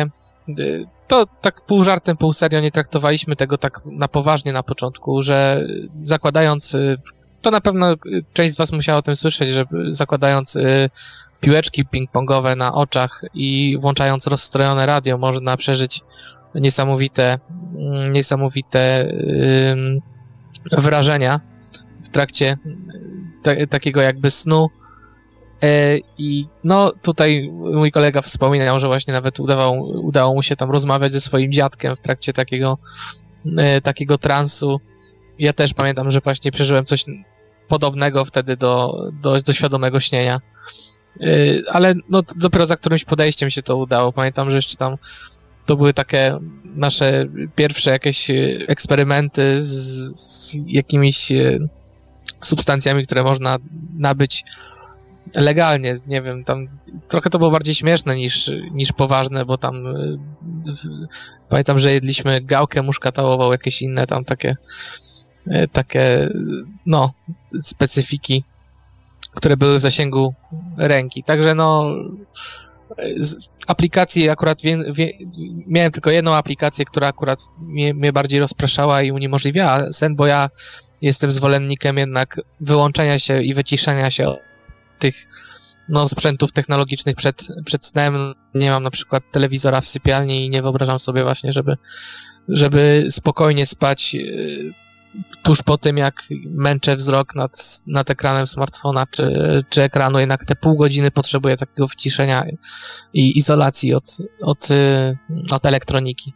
to tak pół żartem, pół serio nie traktowaliśmy tego tak na poważnie na początku, że zakładając, to na pewno część z was musiała o tym słyszeć, że zakładając piłeczki ping-pongowe na oczach i włączając rozstrojone radio można przeżyć niesamowite, niesamowite wrażenia w trakcie t- takiego jakby snu. I no tutaj mój kolega wspominał, że właśnie nawet udawał, udało mu się tam rozmawiać ze swoim dziadkiem w trakcie takiego, takiego transu. Ja też pamiętam, że właśnie przeżyłem coś podobnego wtedy do, do, do świadomego śnienia. Ale no dopiero za którymś podejściem się to udało. Pamiętam, że jeszcze tam to były takie nasze pierwsze jakieś eksperymenty z, z jakimiś substancjami, które można nabyć legalnie, nie wiem, tam trochę to było bardziej śmieszne niż, niż poważne, bo tam w, pamiętam, że jedliśmy gałkę muszkatałową, jakieś inne tam takie takie, no, specyfiki, które były w zasięgu ręki. Także no z aplikacji akurat wie, wie, miałem tylko jedną aplikację, która akurat mnie, mnie bardziej rozpraszała i uniemożliwiała sen, bo ja jestem zwolennikiem jednak wyłączenia się i wyciszania się od tych no, sprzętów technologicznych przed, przed snem. Nie mam na przykład telewizora w sypialni i nie wyobrażam sobie właśnie, żeby, żeby spokojnie spać yy, tuż po tym, jak męczę wzrok nad, nad ekranem smartfona czy, czy ekranu. Jednak te pół godziny potrzebuję takiego wyciszenia i izolacji od, od, yy, od elektroniki.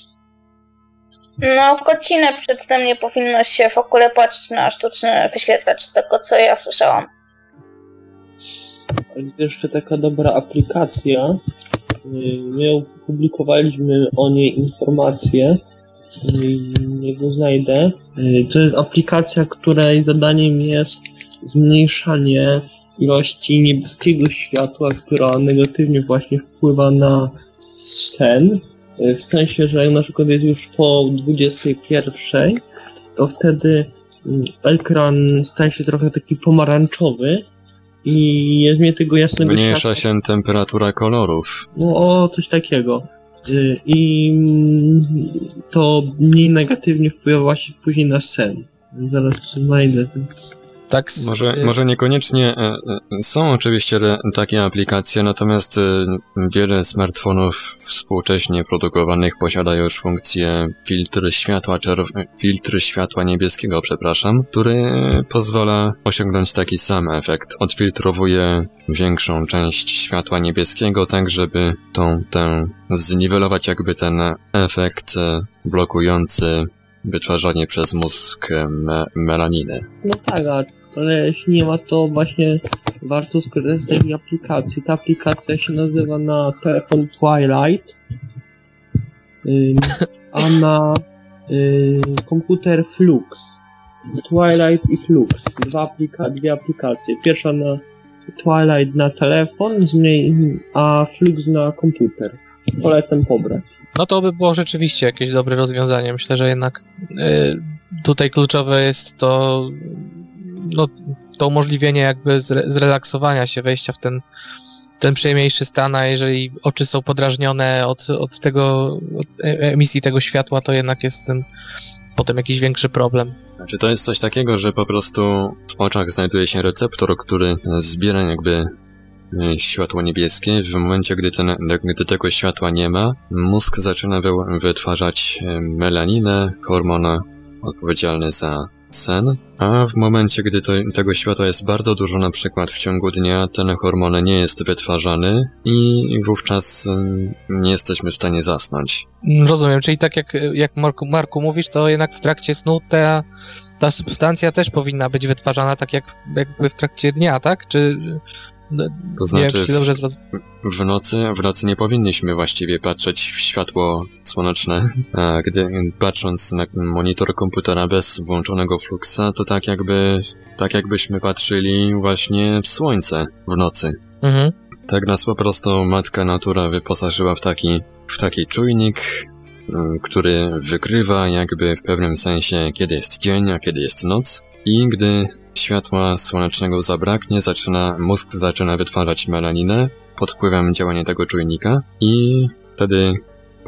No, godzinę przed snem nie powinno się w ogóle patrzeć na sztuczny wyświetlacz, z tego co ja słyszałam. Jest jeszcze taka dobra aplikacja. My opublikowaliśmy o niej informacje. Nie go znajdę. To jest aplikacja, której zadaniem jest zmniejszanie ilości niebieskiego światła, która negatywnie właśnie wpływa na sen. W sensie, że jak na przykład jest już po dwudziestej pierwszej, to wtedy ekran staje się trochę taki pomarańczowy i jest mnie tego jasnego Zmniejsza światła. się temperatura kolorów. No o, coś takiego. I to mniej negatywnie wpływa właśnie później na sen. Zaraz znajdę. Tak, z... Może, może niekoniecznie są oczywiście takie aplikacje, natomiast wiele smartfonów współcześnie produkowanych posiada już funkcję filtr światła czerw- filtr światła niebieskiego, przepraszam, który pozwala osiągnąć taki sam efekt. Odfiltrowuje większą część światła niebieskiego, tak żeby tą, tę zniwelować jakby ten efekt blokujący wytwarzanie przez mózg me- melaniny. No tak, ale jeśli nie ma, to właśnie warto skorzystać z tej aplikacji. Ta aplikacja się nazywa na telefon Twilight, ym, a na y, komputer Flux. Twilight i Flux. Dwa aplika- dwie aplikacje. Pierwsza na Twilight na telefon, a Flux na komputer. Polecam pobrać. No to by było rzeczywiście jakieś dobre rozwiązanie. Myślę, że jednak y, tutaj kluczowe jest to, no, to umożliwienie jakby zre- zrelaksowania się, wejścia w ten, ten przyjemniejszy stan, a jeżeli oczy są podrażnione od, od tego, od emisji tego światła, to jednak jest ten potem jakiś większy problem. Znaczy to jest coś takiego, że po prostu w oczach znajduje się receptor, który zbiera jakby światło niebieskie. W momencie, gdy, ten, gdy tego światła nie ma, mózg zaczyna wy, wytwarzać melaninę, hormon odpowiedzialny za sen, a w momencie, gdy to, tego światła jest bardzo dużo, na przykład w ciągu dnia, ten hormon nie jest wytwarzany i wówczas nie jesteśmy w stanie zasnąć. Rozumiem, czyli tak jak, jak Marku, Marku mówisz, to jednak w trakcie snu ta, ta substancja też powinna być wytwarzana tak jak, jakby w trakcie dnia, tak? Czy... To znaczy, nie wiem, dobrze zroz... w nocy, w nocy nie powinniśmy właściwie patrzeć w światło słoneczne, a gdy patrząc na monitor komputera bez włączonego Fluxa, to tak jakby, tak jakbyśmy patrzyli właśnie w słońce w nocy. Mhm. Tak nas po prostu matka natura wyposażyła w taki, w taki czujnik, który wykrywa jakby w pewnym sensie, kiedy jest dzień, a kiedy jest noc, i gdy światła słonecznego zabraknie, zaczyna, mózg zaczyna wytwarzać melaninę pod wpływem działania tego czujnika i wtedy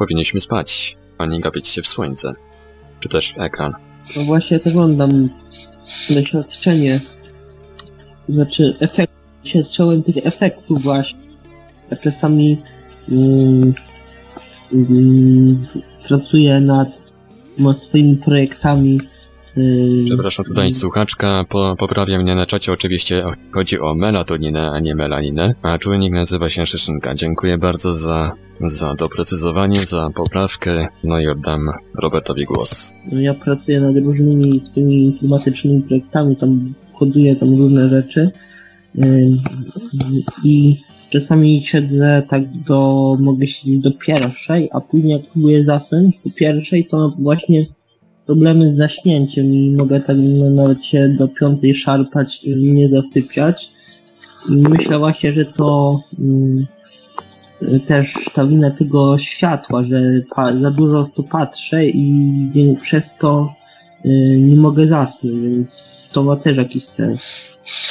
powinniśmy spać, a nie gapić się w słońce, czy też w ekran. No właśnie to oglądam doświadczenie, znaczy efekt, doświadczyłem tych efektów właśnie. Ja czasami mm, mm, pracuję nad, nad swoimi projektami. Yy, Przepraszam, tutaj słuchaczka po, poprawia mnie na czacie, oczywiście chodzi o melatoninę, a nie melaninę, a czujnik nazywa się Szyszynka. Dziękuję bardzo za, za doprecyzowanie, za poprawkę, no i oddam Robertowi głos. Ja pracuję nad różnymi swoimi informatycznymi projektami, tam koduję tam różne rzeczy yy, i czasami siedzę tak do, mogę siedzieć do pierwszej, a później jak próbuję zasnąć do pierwszej, to właśnie problemy z zaśnięciem i mogę tak nawet się do piątej szarpać i nie zasypiać. I myślę właśnie, że to mm, też ta wina tego światła, że pa- za dużo w to patrzę i nie, przez to y, nie mogę zasnąć, więc to ma też jakiś sens.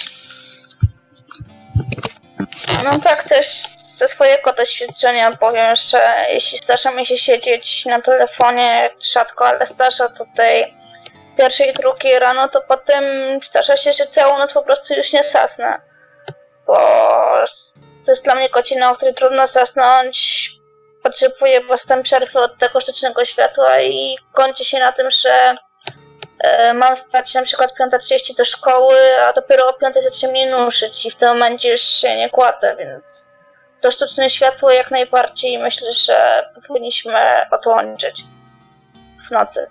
No tak, też ze swojego doświadczenia powiem, że jeśli zdarza mi się siedzieć na telefonie rzadko, ale zdarza to tej pierwszej, drugiej rano, to potem zdarza się, że całą noc po prostu już nie zasnę. Bo to jest dla mnie godzina, o której trudno zasnąć. Potrzebuję potem przerwy od tego sztucznego światła i kończy się na tym, że e, mam stać na przykład piąta trzydzieści do szkoły, a dopiero o piątej zacznie mnie nuszyć i w tym momencie już się nie kładę, więc to sztuczne światło jak najbardziej myślę, że powinniśmy odłączyć w nocy.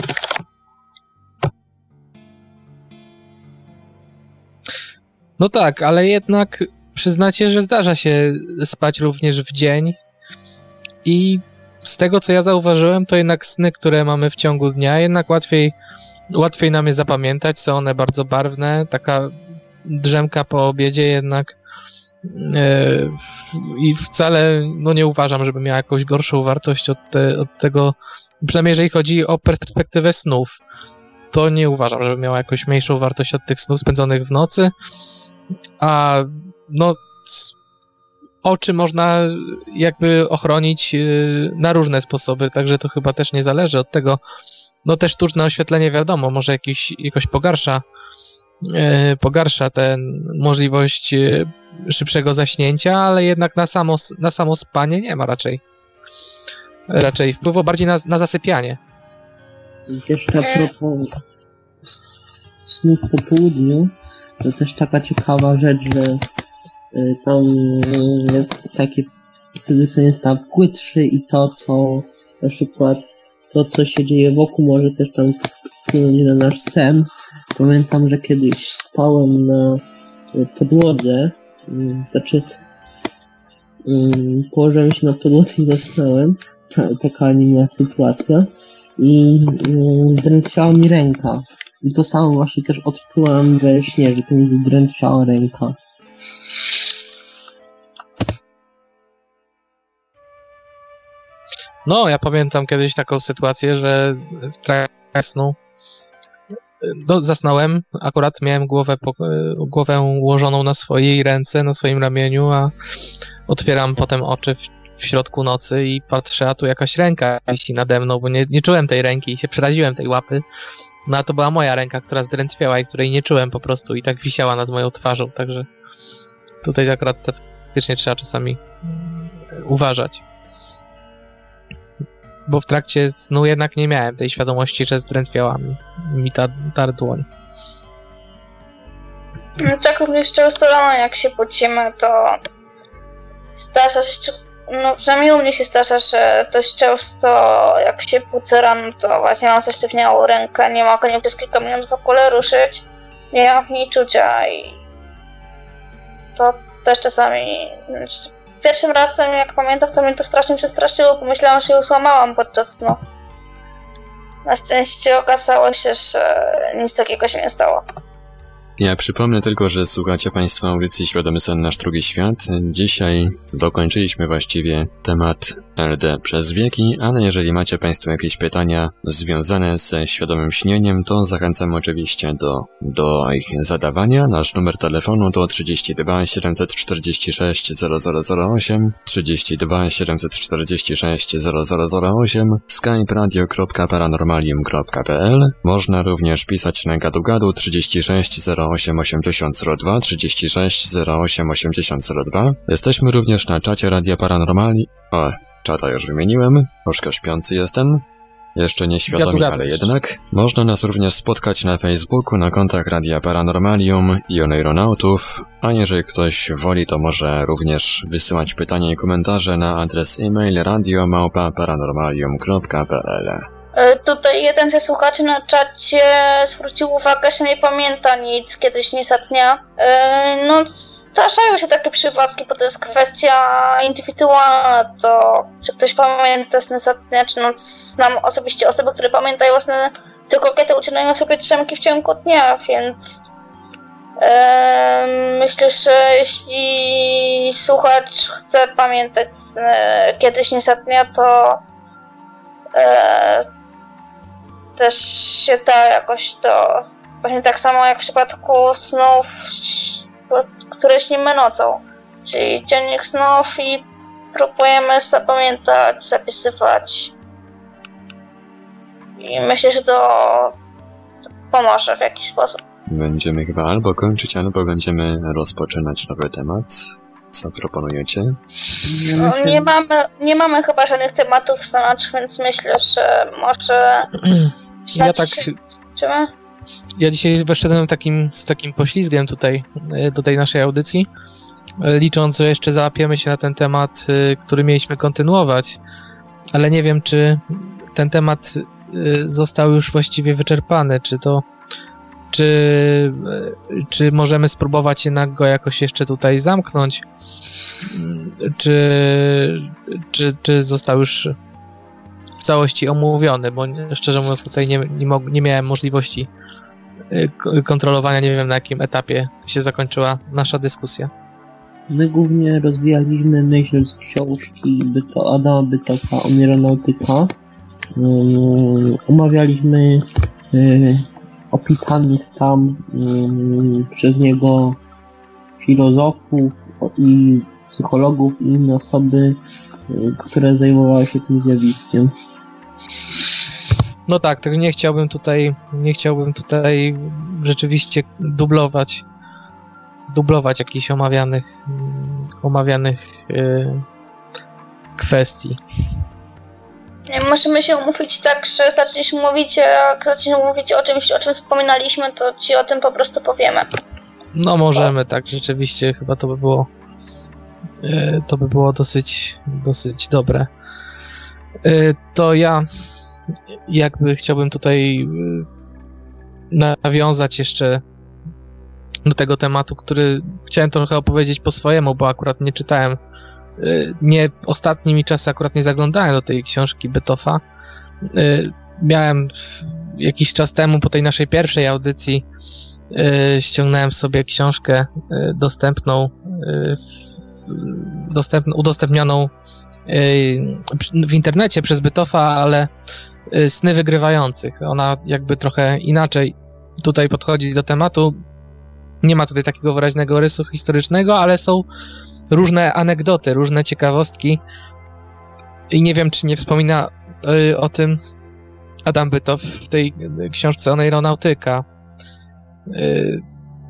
No tak, ale jednak przyznacie, że zdarza się spać również w dzień i z tego, co ja zauważyłem, to jednak sny, które mamy w ciągu dnia, jednak łatwiej, łatwiej nam je zapamiętać, są one bardzo barwne, taka drzemka po obiedzie jednak yy, w, i wcale no nie uważam, żeby miała jakąś gorszą wartość od, te, od tego, przynajmniej jeżeli chodzi o perspektywę snów, to nie uważam, żeby miała jakąś mniejszą wartość od tych snów spędzonych w nocy, a no oczy można jakby ochronić na różne sposoby, także to chyba też nie zależy od tego. No też sztuczne oświetlenie wiadomo, może jakiś, jakoś pogarsza yy, pogarsza tę możliwość yy, szybszego zaśnięcia, ale jednak na samo, na samo spanie nie ma raczej raczej wpływu, bardziej na, na zasypianie. Jeszcze a propos snów po południu, to też taka ciekawa rzecz, że y, tam y, jest takie, wtedy są jest tam płytszy i to, co na przykład to, co się dzieje wokół, może też tam wpłynąć na nasz sen. Pamiętam, że kiedyś spałem na y, podłodze, y, znaczy y, położyłem się na podłodze i zasnąłem, taka niemiła sytuacja i y, zdrętwiała mi ręka. I to samo właśnie też odczułam we śnie, że to mi zdrętwiała ręka. No, ja pamiętam kiedyś taką sytuację, że w trakcie snu no, zasnąłem, akurat miałem głowę, po, głowę ułożoną na swojej ręce, na swoim ramieniu, a otwieram potem oczy w, w środku nocy i patrzę, a tu jakaś ręka wisi nade mną, bo nie, nie czułem tej ręki i się przeraziłem tej łapy. No a to była moja ręka, która zdrętwiała i której nie czułem po prostu i tak wisiała nad moją twarzą, także tutaj akurat faktycznie trzeba czasami uważać. Bo w trakcie snu jednak nie miałem tej świadomości, że zdrętwiała mi, mi ta, ta dłoń. No tak również często rano jak się pocimy, to zdarza się, no przynajmniej u mnie się zdarza, że dość często jak się płucę rano, to właśnie mam zasztywniałą rękę, nie mogę nie przez kilka minut w ogóle ruszyć, nie mam w niej czucia i to też czasami... Pierwszym razem, jak pamiętam, to mnie to strasznie przestraszyło, pomyślałam, że się złamałam podczas snu. Na szczęście okazało się, że nic takiego się nie stało. Ja przypomnę tylko, że słuchacie Państwo audycji Świadomy Sen, Nasz Drugi Świat. Dzisiaj dokończyliśmy właściwie temat L D przez wieki, ale jeżeli macie Państwo jakieś pytania związane ze świadomym śnieniem, to zachęcam oczywiście do, do ich zadawania. Nasz numer telefonu to trzydzieści dwa siedemset czterdzieści sześć zero zero zero osiem, trzydzieści dwa siedemset czterdzieści sześć zero zero zero osiem, skype radio kropka paranormalium kropka p l. Można również pisać na gadu gadu trzydzieści sześć zero osiem osiemdziesiąt zero dwa, trzydzieści sześć zero osiem osiemdziesiąt zero dwa. Jesteśmy również na czacie Radia Paranormali. O, czata już wymieniłem, troszkę śpiący jestem. Jeszcze nieświadomi, ale jednak. Można nas również spotkać na Facebooku, na kontach Radia Paranormalium i Oneironautów, a jeżeli ktoś woli, to może również wysyłać pytania i komentarze na adres e-mail radio małpa paranormalium kropka p l. Tutaj jeden ze słuchaczy na czacie zwrócił uwagę, że nie pamięta nic kiedyś niezatnia. No, zdarzają się takie przypadki, bo to jest kwestia indywidualna, to czy ktoś pamięta sny zatnia, czy no, znam osobiście osoby, które pamiętają sny tylko kiedy uczynają sobie drzemki w ciągu dnia, więc yy, myślę, że jeśli słuchacz chce pamiętać sny kiedyś niezatnia, to yy, też się da jakoś to, właśnie tak samo jak w przypadku snów, które śnimy nocą, czyli dziennik snów i próbujemy zapamiętać, zapisywać i myślę, że to pomoże w jakiś sposób. Będziemy chyba albo kończyć, albo będziemy rozpoczynać nowy temat. Co proponujecie? No, nie, mamy, nie mamy chyba żadnych tematów stanowczych, więc myślę, że może... Ja tak... Czymy? Ja dzisiaj wyszedłem takim, z takim poślizgiem tutaj do tej naszej audycji, licząc, że jeszcze załapiemy się na ten temat, który mieliśmy kontynuować, ale nie wiem, czy ten temat został już właściwie wyczerpany, czy to czy, czy możemy spróbować jednak go jakoś jeszcze tutaj zamknąć, czy, czy, czy został już w całości omówiony, bo szczerze mówiąc tutaj nie, nie, mog- nie miałem możliwości kontrolowania, nie wiem na jakim etapie się zakończyła nasza dyskusja. My głównie rozwijaliśmy myśl z książki Byto, Adama Bytofa Oneironautyka. Um, omawialiśmy y, opisanych tam um, przez niego filozofów i psychologów i inne osoby, y, które zajmowały się tym zjawiskiem. No tak, także nie chciałbym tutaj, nie chciałbym tutaj rzeczywiście dublować, dublować jakichś omawianych, omawianych yy, kwestii. Nie, możemy się umówić tak, że zaczniesz mówić, jak zaczniesz mówić o czymś, o czym wspominaliśmy, to ci o tym po prostu powiemy. No możemy, tak, rzeczywiście chyba to by było, yy, to by było dosyć, dosyć dobre. Yy, to ja jakby chciałbym tutaj nawiązać jeszcze do tego tematu, który chciałem trochę opowiedzieć po swojemu, bo akurat nie czytałem, nie ostatnimi czasy akurat nie zaglądałem do tej książki Bytofa. Miałem jakiś czas temu po tej naszej pierwszej audycji ściągnąłem sobie książkę dostępną, dostępną udostępnioną w internecie przez Bytofa, ale Sny wygrywających. Ona jakby trochę inaczej tutaj podchodzi do tematu. Nie ma tutaj takiego wyraźnego rysu historycznego, ale są różne anegdoty, różne ciekawostki. I nie wiem, czy nie wspomina y, o tym Adam Bytow w tej książce Oneironautyka. Y,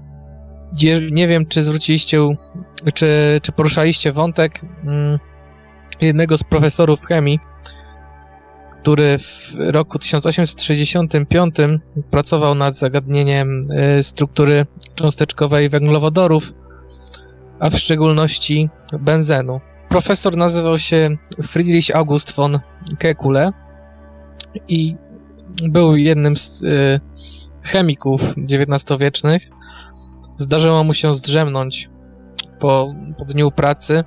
nie wiem, czy zwróciliście, czy, czy poruszaliście wątek y, jednego z profesorów chemii, który w roku tysiąc osiemset sześćdziesiątym piątym pracował nad zagadnieniem y, struktury cząsteczkowej węglowodorów, a w szczególności benzenu. Profesor nazywał się Friedrich August von Kekule i był jednym z y, chemików dziewiętnastowiecznych. Zdarzyło mu się zdrzemnąć po, po dniu pracy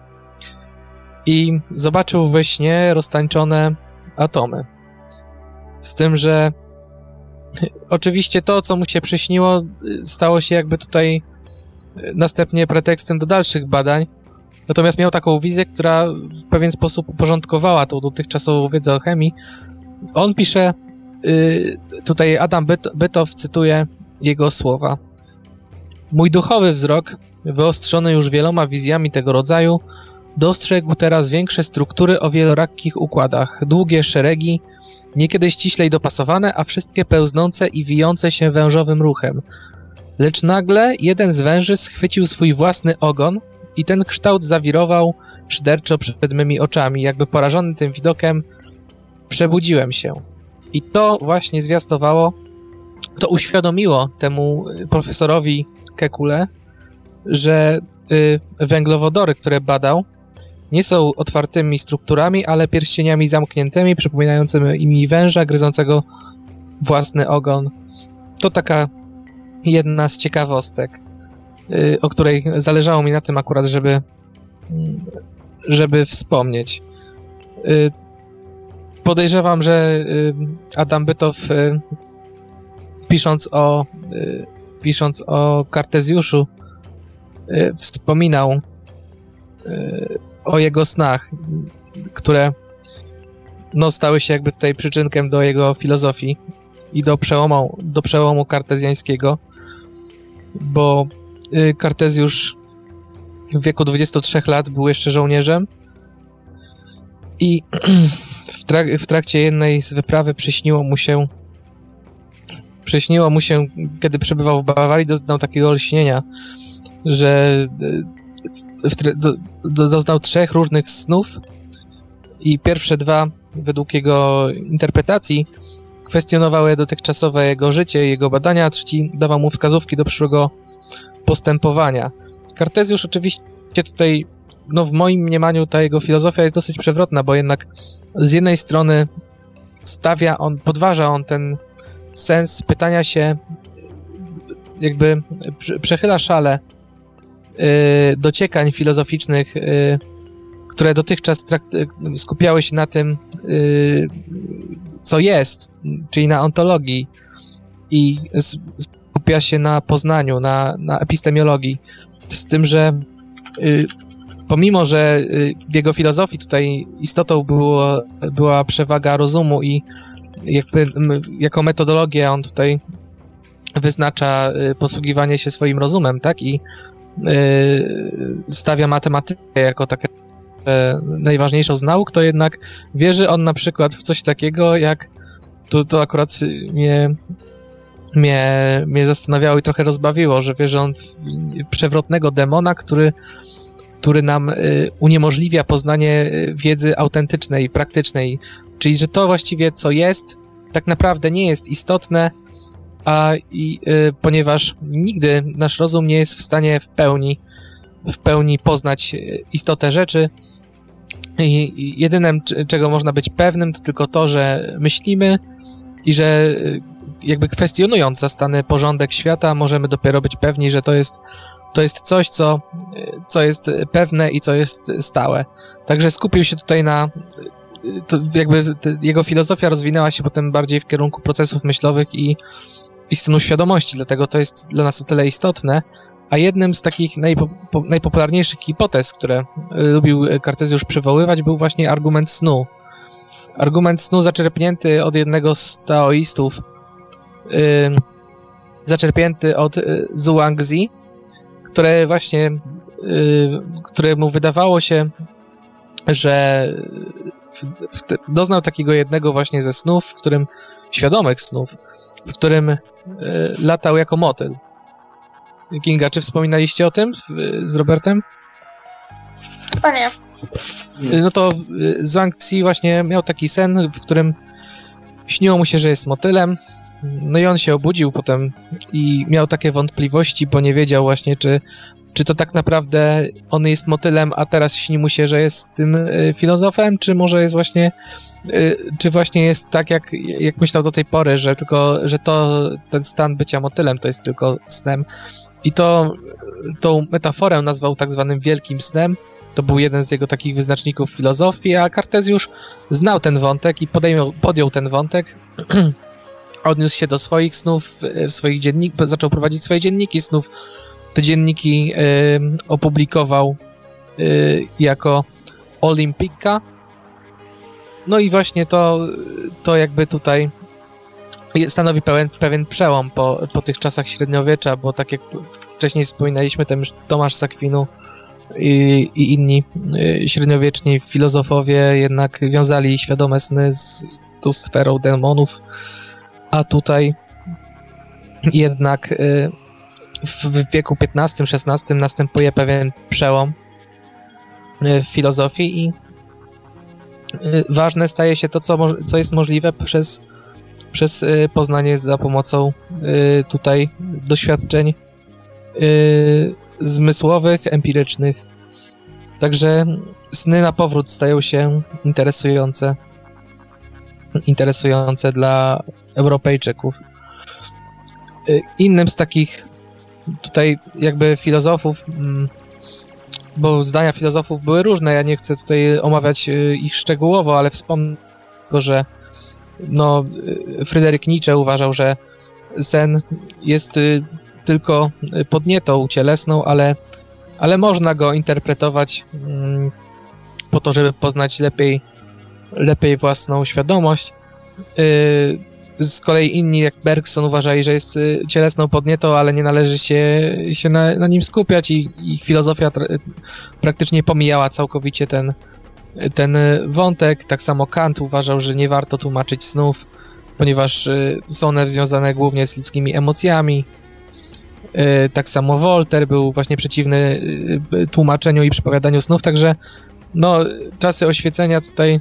i zobaczył we śnie roztańczone atomy. Z tym, że oczywiście to, co mu się przyśniło, stało się jakby tutaj następnie pretekstem do dalszych badań, Natomiast miał taką wizję, która w pewien sposób uporządkowała tą dotychczasową wiedzę o chemii. On pisze, yy, tutaj Adam Bytow cytuje jego słowa. Mój duchowy wzrok, wyostrzony już wieloma wizjami tego rodzaju, dostrzegł teraz większe struktury o wielorakich układach, długie szeregi, niekiedy ściślej dopasowane, a wszystkie pełznące i wijące się wężowym ruchem. Lecz nagle jeden z węży schwycił swój własny ogon i ten kształt zawirował szyderczo przed mymi oczami. Jakby porażony tym widokiem, przebudziłem się. I to właśnie zwiastowało, to uświadomiło temu profesorowi Kekule, że y, węglowodory, które badał, nie są otwartymi strukturami, ale pierścieniami zamkniętymi, przypominającymi węża gryzącego własny ogon. To taka jedna z ciekawostek, y, o której zależało mi na tym akurat, żeby, y, żeby wspomnieć. Y, podejrzewam, że y, Adam Bytow, y, pisząc o, y, pisząc o Kartezjuszu, y, wspominał y, o jego snach, które no, stały się jakby tutaj przyczynkiem do jego filozofii i do przełomu, do przełomu kartezjańskiego, bo y, Kartezjusz w wieku dwudziestu trzech lat był jeszcze żołnierzem i w, trak- w trakcie jednej z wyprawy przyśniło mu się przyśniło mu się, kiedy przebywał w Bawarii, doznał takiego olśnienia, że w, w, do, do, doznał trzech różnych snów i pierwsze dwa, według jego interpretacji, kwestionowały dotychczasowe jego życie i jego badania, a trzeci dawał mu wskazówki do przyszłego postępowania. Kartezjusz oczywiście tutaj, no w moim mniemaniu ta jego filozofia jest dosyć przewrotna, bo jednak z jednej strony stawia on, podważa on ten sens pytania się, jakby przechyla szale yy, dociekań filozoficznych, yy, które dotychczas trakt- skupiały się na tym, yy, co jest, czyli na ontologii, i skupia się na poznaniu, na, na epistemiologii. Z tym, że yy, pomimo, że yy, w jego filozofii tutaj istotą było, była przewaga rozumu i jakby jako metodologię on tutaj wyznacza y, posługiwanie się swoim rozumem, tak? I y, stawia matematykę jako takie y, najważniejszą z nauk, to jednak wierzy on na przykład w coś takiego jak, to, to akurat mnie, mnie, mnie zastanawiało i trochę rozbawiło, że wierzy on w przewrotnego demona, który który nam y, uniemożliwia poznanie wiedzy autentycznej, praktycznej. Czyli, że to właściwie, co jest, tak naprawdę nie jest istotne, a i, y, ponieważ nigdy nasz rozum nie jest w stanie w pełni, w pełni poznać istotę rzeczy. I, i jedynym, czego można być pewnym, to tylko to, że myślimy i że y, jakby kwestionując zastany porządek świata, możemy dopiero być pewni, że to jest To jest coś, co, co jest pewne i co jest stałe. Także skupił się tutaj na... To jakby jego filozofia rozwinęła się potem bardziej w kierunku procesów myślowych i, i stanu świadomości, dlatego to jest dla nas o tyle istotne. A jednym z takich najpo, najpopularniejszych hipotez, które lubił Kartezjusz przywoływać, był właśnie argument snu. Argument snu zaczerpnięty od jednego z taoistów, yy, zaczerpnięty od yy, Zhuangzi, które właśnie, yy, któremu wydawało się, że w, w te, doznał takiego jednego właśnie ze snów, w którym, świadomych snów, w którym yy, latał jako motyl. Kinga, czy wspominaliście o tym w, z Robertem? A nie. No to yy, Zhuangzi właśnie miał taki sen, w którym śniło mu się, że jest motylem. No i on się obudził potem i miał takie wątpliwości, bo nie wiedział właśnie, czy, czy to tak naprawdę on jest motylem, a teraz śni mu się, że jest tym y, filozofem, czy może jest właśnie, y, czy właśnie jest tak, jak, jak myślał do tej pory, że tylko, że to, ten stan bycia motylem to jest tylko snem. I to, tą metaforę nazwał tak zwanym wielkim snem. To był jeden z jego takich wyznaczników filozofii, a Kartezjusz znał ten wątek i podejmał, podjął ten wątek. Odniósł się do swoich snów, w swoich dziennik, zaczął prowadzić swoje dzienniki snów. Te dzienniki y, opublikował jako Olimpika. No i właśnie to, to jakby tutaj stanowi pewien, pewien przełom po, po tych czasach średniowiecza, bo tak jak wcześniej wspominaliśmy, tam już Tomasz z Akwinu i, i inni średniowieczni filozofowie jednak wiązali świadome sny z tą sferą demonów, a tutaj jednak w wieku piętnastym szesnastym następuje pewien przełom w filozofii i ważne staje się to, co, co jest możliwe przez, przez poznanie za pomocą tutaj doświadczeń zmysłowych, empirycznych. Także sny na powrót stają się interesujące, interesujące dla Europejczyków. Innym z takich tutaj jakby filozofów, bo zdania filozofów były różne, ja nie chcę tutaj omawiać ich szczegółowo, ale wspomnę, że no, Fryderyk Nietzsche uważał, że sen jest tylko podnietą cielesną, ale, ale można go interpretować po to, żeby poznać lepiej, lepiej własną świadomość. Z kolei inni, jak Bergson, uważali, że jest cielesną podnietą, ale nie należy się, się na, na nim skupiać i ich filozofia praktycznie pomijała całkowicie ten, ten wątek. Tak samo Kant uważał, że nie warto tłumaczyć snów, ponieważ są one związane głównie z ludzkimi emocjami. Tak samo Voltaire był właśnie przeciwny tłumaczeniu i przepowiadaniu snów, także no, czasy oświecenia tutaj,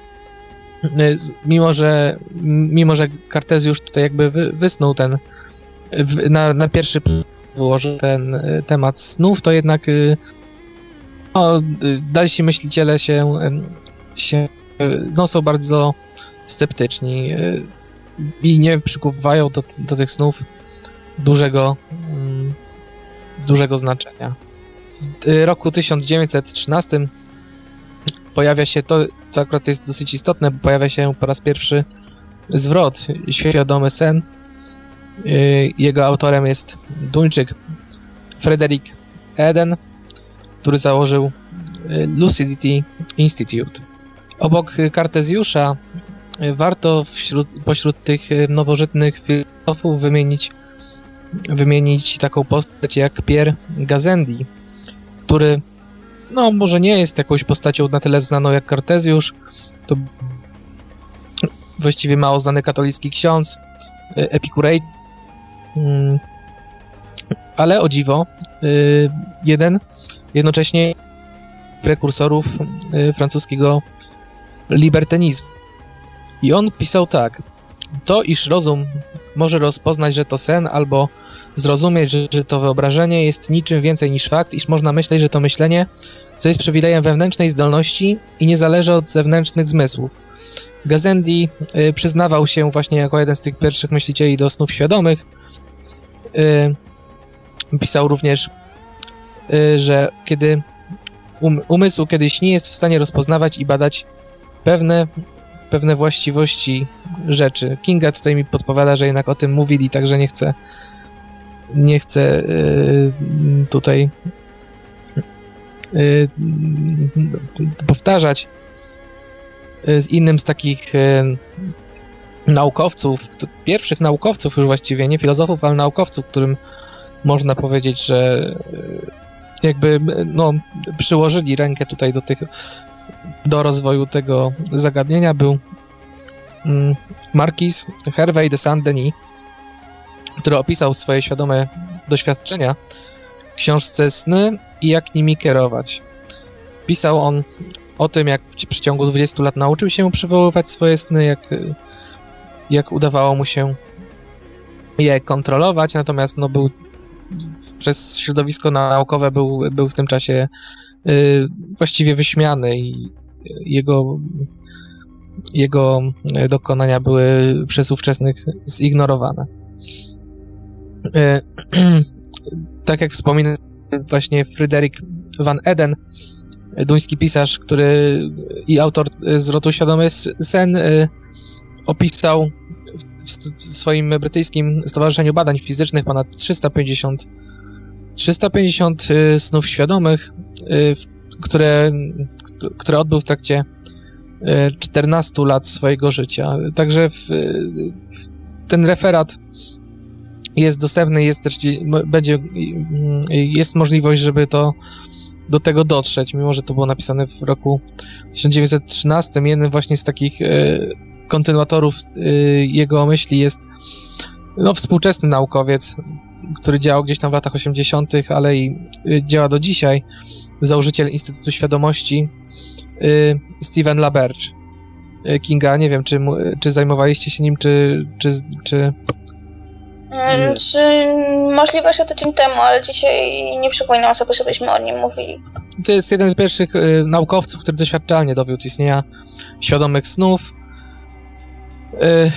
mimo że, mimo że Kartezjusz tutaj jakby wy, wysnuł ten, w, na, na pierwszy plan wyłożył ten temat snów, to jednak no, dalsi myśliciele się, się no, są bardzo sceptyczni i nie przykuwają do, do tych snów dużego, dużego znaczenia. W roku tysiąc dziewięćset trzynastym pojawia się to, co akurat jest dosyć istotne, bo pojawia się po raz pierwszy zwrot Świadomy sen. Jego autorem jest Duńczyk Frederick Eden, który założył Lucidity Institute. Obok Kartezjusza warto wśród, pośród tych nowożytnych filozofów wymienić, wymienić taką postać jak Pierre Gassendi, który no może nie jest jakąś postacią na tyle znaną jak Kartezjusz, to właściwie mało znany katolicki ksiądz, Epikurej, ale o dziwo jeden jednocześnie prekursorów francuskiego libertynizmu. I on pisał tak: to, iż rozum może rozpoznać, że to sen, albo zrozumieć, że, że to wyobrażenie jest niczym więcej niż fakt, iż można myśleć, że to myślenie, co jest przywilejem wewnętrznej zdolności i nie zależy od zewnętrznych zmysłów. Gassendi y, przyznawał się właśnie jako jeden z tych pierwszych myślicieli do snów świadomych. Y, pisał również, y, że kiedy um, umysł, kiedy śni, jest w stanie rozpoznawać i badać pewne pewne właściwości rzeczy. Kinga tutaj mi podpowiada, że jednak o tym mówili, także nie chcę nie chcę yy, tutaj yy, powtarzać. Z innym z takich yy, naukowców, pierwszych naukowców już właściwie, nie filozofów, ale naukowców, którym można powiedzieć, że yy, jakby no, przyłożyli rękę tutaj do tych do rozwoju tego zagadnienia, był mm, Marquis Hervé de Saint-Denis, który opisał swoje świadome doświadczenia w książce Sny i jak nimi kierować. Pisał on o tym, jak w przeciągu dwudziestu lat nauczył się przywoływać swoje sny, jak, jak udawało mu się je kontrolować, natomiast no, był przez środowisko naukowe był, był w tym czasie y, właściwie wyśmiany i jego, jego dokonania były przez ówczesnych zignorowane. Y, tak jak wspominałem, właśnie Fryderyk van Eden, duński pisarz, który i autor zwrotu Świadomy sen, y, opisał w swoim brytyjskim Stowarzyszeniu Badań Fizycznych ponad trzysta pięćdziesiąt, trzysta pięćdziesiąt snów świadomych, które, które odbył w trakcie czternastu lat swojego życia. Także w, w ten referat jest dostępny, jest też, będzie, jest możliwość, żeby to do tego dotrzeć, mimo że to było napisane w roku tysiąc dziewięćset trzynastym. Jednym właśnie z takich y, kontynuatorów y, jego myśli jest no, współczesny naukowiec, który działał gdzieś tam w latach osiemdziesiątych, ale i y, działa do dzisiaj, założyciel Instytutu Świadomości y, Stephen LaBerge y, Kinga. Nie wiem, czy, czy zajmowaliście się nim, czy... czy, czy... Hmm, czy możliwe, że tydzień temu, ale dzisiaj nie przypominam sobie, żebyśmy o nim mówili. To jest jeden z pierwszych y, naukowców, który doświadczalnie dowiódł istnienia świadomych snów. Y,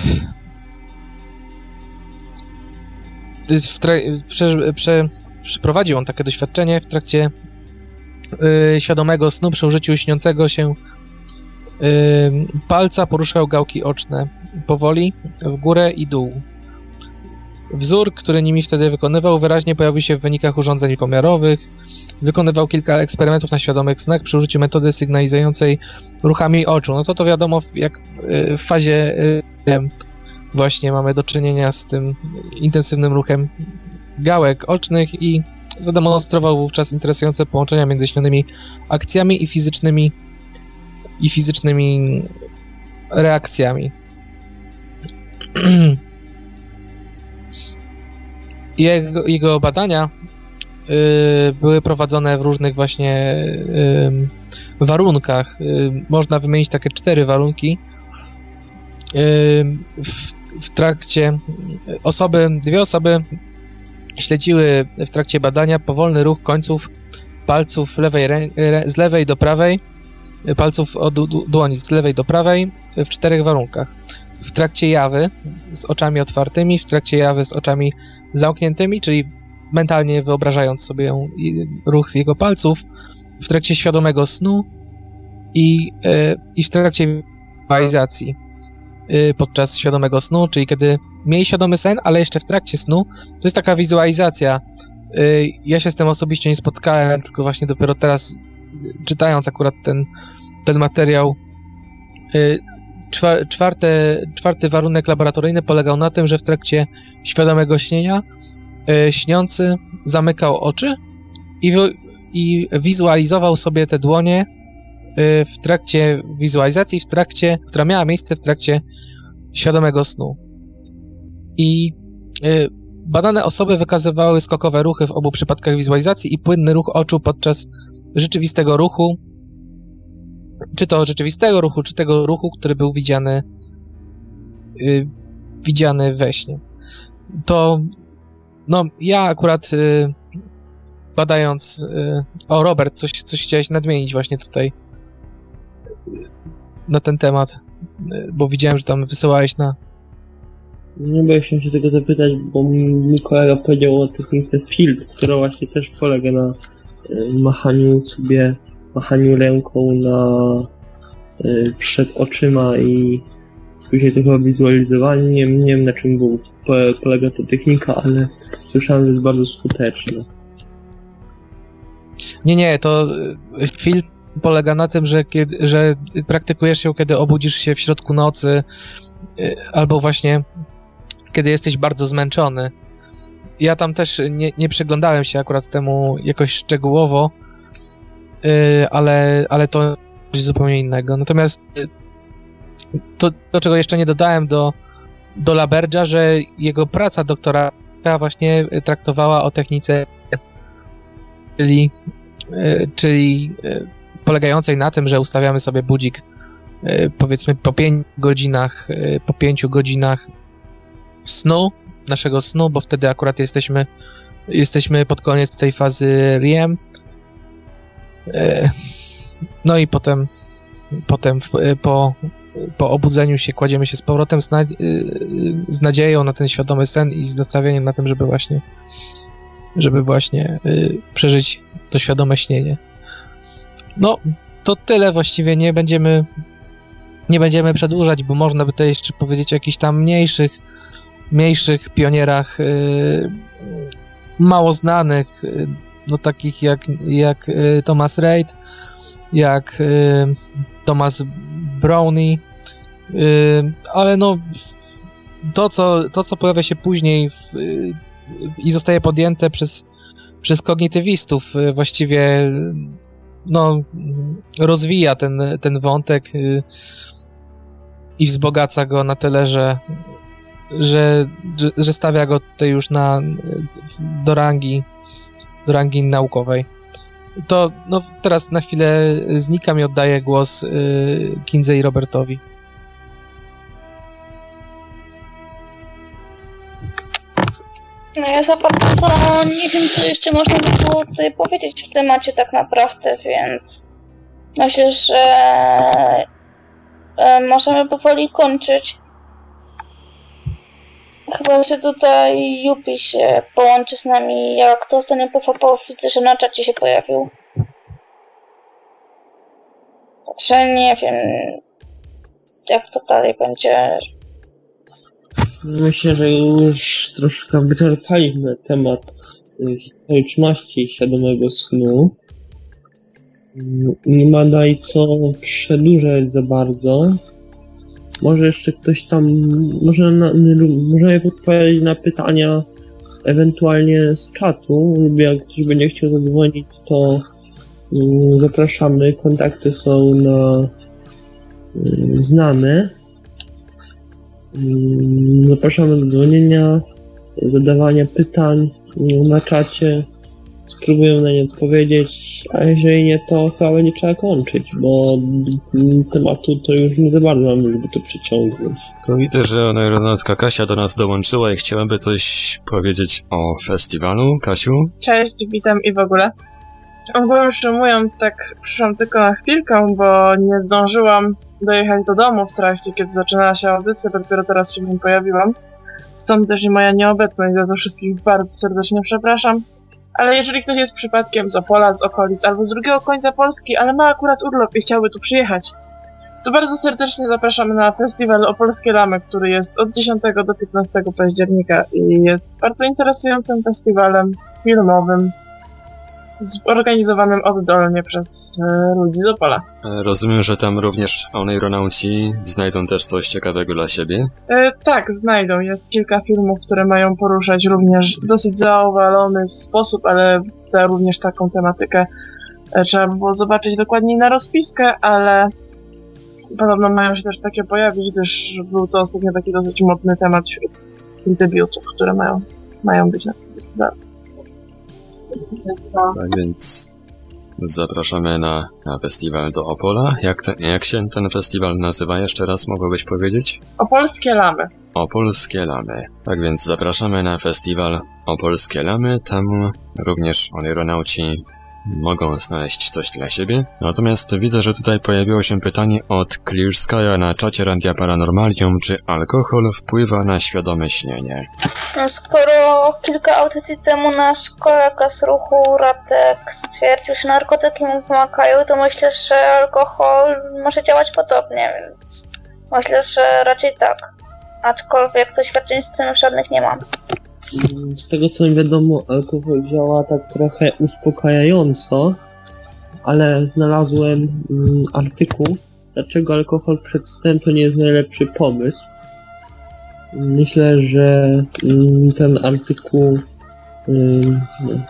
w tra- prze- prze- przeprowadził on takie doświadczenie w trakcie y, świadomego snu przy użyciu śniącego się y, palca poruszał gałki oczne powoli w górę i dół. Wzór, który nimi wtedy wykonywał, wyraźnie pojawił się w wynikach urządzeń pomiarowych. Wykonywał kilka eksperymentów na świadomych snach przy użyciu metody sygnalizującej ruchami oczu. No to to wiadomo, jak w fazie właśnie mamy do czynienia z tym intensywnym ruchem gałek ocznych i zademonstrował wówczas interesujące połączenia między śnionymi akcjami i fizycznymi i fizycznymi reakcjami. Jego, jego badania y, były prowadzone w różnych właśnie y, warunkach. Y, można wymienić takie cztery warunki. Y, w, w trakcie osoby, dwie osoby śledziły w trakcie badania powolny ruch końców palców lewej rę- z lewej do prawej, palców od dłoni z lewej do prawej w czterech warunkach. W trakcie jawy z oczami otwartymi, w trakcie jawy z oczami zamkniętymi, czyli mentalnie wyobrażając sobie ruch jego palców, w trakcie świadomego snu i, yy, i w trakcie wizualizacji yy, podczas świadomego snu, czyli kiedy mieli świadomy sen, ale jeszcze w trakcie snu. To jest taka wizualizacja. Yy, ja się z tym osobiście nie spotkałem, tylko właśnie dopiero teraz, czytając akurat ten, ten materiał, yy, Czwarte, czwarty warunek laboratoryjny polegał na tym, że w trakcie świadomego śnienia y, śniący zamykał oczy i, wi- i wizualizował sobie te dłonie y, w trakcie wizualizacji, w trakcie, która miała miejsce w trakcie świadomego snu. I y, badane osoby wykazywały skokowe ruchy w obu przypadkach wizualizacji i płynny ruch oczu podczas rzeczywistego ruchu, czy to rzeczywistego ruchu, czy tego ruchu, który był widziany, yy, widziany we śnie. To, no, ja akurat yy, badając, yy, o Robert, coś, coś chciałeś nadmienić właśnie tutaj yy, na ten temat, yy, bo widziałem, że tam wysyłałeś na... Nie, bo ja chciałem się tego zapytać, bo mi kolega powiedział o technice field, która właśnie też polega na yy, machaniu sobie machaniu ręką na y, przed oczyma i później to chyba wizualizowanie. Nie, nie wiem, na czym był, po, polega ta technika, ale słyszałem, że jest bardzo skuteczna. Nie, nie, to film polega na tym, że, kiedy, że praktykujesz ją, kiedy obudzisz się w środku nocy y, albo właśnie kiedy jesteś bardzo zmęczony. Ja tam też nie, nie przyglądałem się akurat temu jakoś szczegółowo, Yy, ale, ale to coś zupełnie innego. Natomiast yy, to, do czego jeszcze nie dodałem do, do LaBerge'a, że jego praca doktorska właśnie traktowała o technice, czyli, yy, czyli yy, polegającej na tym, że ustawiamy sobie budzik yy, powiedzmy po pięciu godzinach, yy, po pięciu godzinach snu, naszego snu, bo wtedy akurat jesteśmy, jesteśmy pod koniec tej fazy R E M. No i potem, potem po, po obudzeniu się kładziemy się z powrotem z, nadzie- z nadzieją na ten świadomy sen i z nastawieniem na tym, żeby właśnie, żeby właśnie przeżyć to świadome śnienie. No, to tyle właściwie, nie będziemy, nie będziemy przedłużać, bo można by tutaj jeszcze powiedzieć o jakichś tam mniejszych, mniejszych pionierach, mało znanych, no takich jak, jak y, Thomas Reid, jak y, Thomas Brownie, y, ale no to co, to, co pojawia się później w, y, i zostaje podjęte przez, przez kognitywistów, y, właściwie no, rozwija ten, ten wątek y, i wzbogaca go na tyle, że, że, że stawia go tutaj już na, do rangi, do rangi naukowej. To no, teraz na chwilę znikam i oddaję głos y, Kinsey Robertowi. No ja za bardzo nie wiem, co jeszcze można by było tutaj powiedzieć w temacie tak naprawdę, więc myślę, że e, możemy powoli kończyć. Chyba, że tutaj Yupi się połączy z nami. Jak to ostatnio P V P widzę, że na czacie się pojawił. Także nie wiem, jak to dalej będzie. Myślę, że już troszkę wyczerpaliśmy temat historyczności świadomego snu. Nie ma dalej co przedłużać za bardzo. Może jeszcze ktoś tam, może na, możemy podpowiedzieć na pytania ewentualnie z czatu, lub jak ktoś będzie chciał zadzwonić, to um, zapraszamy, kontakty są na um, znane. Um, zapraszamy do dzwonienia, zadawania pytań um, na czacie, spróbujemy na nie odpowiedzieć, a jeżeli nie, to chyba będzie trzeba kończyć, bo tematu to już nie za bardzo mamy, żeby to przyciągnąć. Widzę, że aeronautka Kasia do nas dołączyła i chciałaby coś powiedzieć o festiwalu. Kasiu? Cześć, witam i w ogóle. Ogólnie rzecz ujmując, tak przyszłam tylko na chwilkę, bo nie zdążyłam dojechać do domu w trakcie, kiedy zaczynała się audycja, dopiero teraz się w nim pojawiłam. Stąd też i moja nieobecność, za to wszystkich bardzo serdecznie przepraszam. Ale jeżeli ktoś jest przypadkiem z Opola, z okolic albo z drugiego końca Polski, ale ma akurat urlop i chciałby tu przyjechać, to bardzo serdecznie zapraszamy na festiwal Opolskie Lamy, który jest od dziesiątego do piętnastego października i jest bardzo interesującym festiwalem filmowym, zorganizowanym oddolnie przez e, ludzi z Opola. Rozumiem, że tam również oneironauci znajdą też coś ciekawego dla siebie. E, tak, znajdą. Jest kilka filmów, które mają poruszać również dosyć zaowalony sposób, ale da również taką tematykę. E, trzeba by było zobaczyć dokładniej na rozpiskę, ale podobno mają się też takie pojawić, gdyż był to ostatnio taki dosyć modny temat wśród tych debiutów, które mają, mają być na tym festiwalu. Tak więc zapraszamy na, na festiwal do Opola. Jak, te, jak się ten festiwal nazywa? Jeszcze raz mogłabyś powiedzieć? Opolskie Lamy. Opolskie Lamy. Tak więc zapraszamy na festiwal Opolskie Lamy. Tam również oneironauci mogą znaleźć coś dla siebie. Natomiast widzę, że tutaj pojawiło się pytanie od Clear Sky'a na czacie Radia Paranormalium, czy alkohol wpływa na świadome śnienie? Skoro kilka audycji temu nasz kolega z ruchu Radek stwierdził, że narkotyki mu pomagają, to myślę, że alkohol może działać podobnie, więc myślę, że raczej tak. Aczkolwiek doświadczeń z tym żadnych nie mam. Z tego co mi wiadomo, alkohol działa tak trochę uspokajająco, ale znalazłem mm, artykuł, dlaczego alkohol przed snem to nie jest najlepszy pomysł. Myślę, że mm, ten artykuł mm,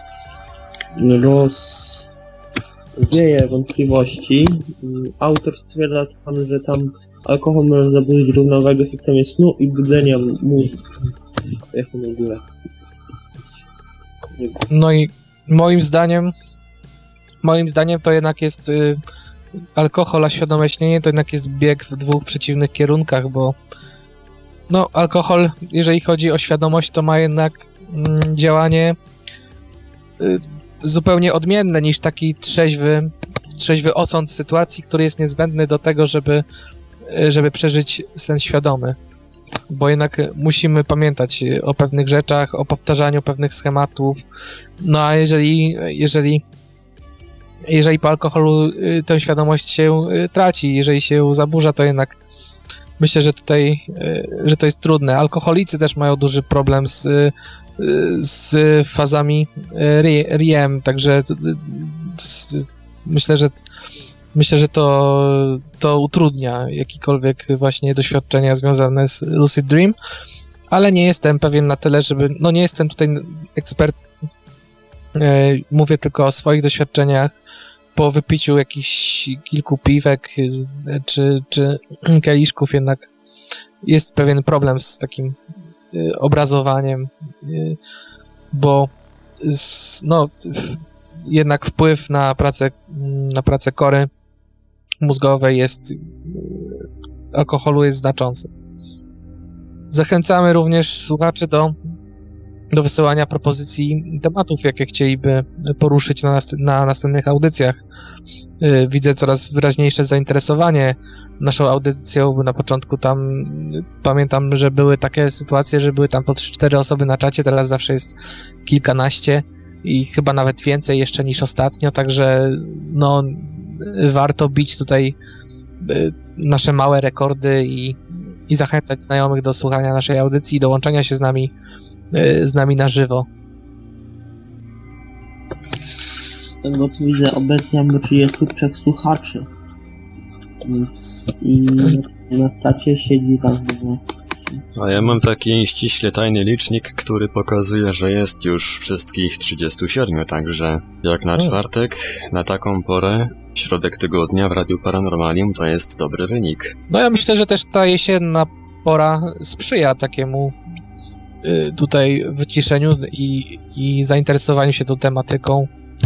rozwieje wątpliwości. Autor stwierdza tam, że tam alkohol może zaburzyć równowagę w systemie snu i budzenia mózgu. Jak w ogóle. No i moim zdaniem moim zdaniem to jednak jest y, alkohol, a świadome śnienie to jednak jest bieg w dwóch przeciwnych kierunkach, bo no alkohol, jeżeli chodzi o świadomość, to ma jednak mm, działanie y, zupełnie odmienne niż taki trzeźwy, trzeźwy osąd sytuacji, który jest niezbędny do tego, żeby, y, żeby przeżyć sen świadomy. Bo jednak musimy pamiętać o pewnych rzeczach, o powtarzaniu pewnych schematów. No a jeżeli, jeżeli, jeżeli po alkoholu tę świadomość się traci, jeżeli się ją zaburza, to jednak myślę, że tutaj, że to jest trudne. Alkoholicy też mają duży problem z z fazami R I E M, także myślę, że myślę, że to, to utrudnia jakiekolwiek właśnie doświadczenia związane z Lucid Dream, ale nie jestem pewien na tyle, żeby, no nie jestem tutaj ekspert, mówię tylko o swoich doświadczeniach po wypiciu jakichś kilku piwek czy, czy kieliszków, jednak jest pewien problem z takim obrazowaniem, bo no, jednak wpływ na pracę, na pracę kory mózgowej jest, alkoholu jest znaczący. Zachęcamy również słuchaczy do, do wysyłania propozycji tematów, jakie chcieliby poruszyć na, nast- na następnych audycjach. Widzę coraz wyraźniejsze zainteresowanie naszą audycją. Na początku tam pamiętam, że były takie sytuacje, że były tam po trzy cztery osoby na czacie, teraz zawsze jest kilkanaście i chyba nawet więcej jeszcze niż ostatnio, także no warto bić tutaj nasze małe rekordy i, i zachęcać znajomych do słuchania naszej audycji i dołączania się z nami z nami na żywo. Z tego co widzę, obecnie mamy trzydziestu trzech słuchaczy. Więc i na czacie siedzi tam. A ja mam taki ściśle tajny licznik, który pokazuje, że jest już wszystkich trzydziestu siedmiu, także jak na czwartek, na taką porę, środek tygodnia w Radiu Paranormalium to jest dobry wynik. No ja myślę, że też ta jesienna pora sprzyja takiemu y, tutaj wyciszeniu i, i zainteresowaniu się tą tematyką.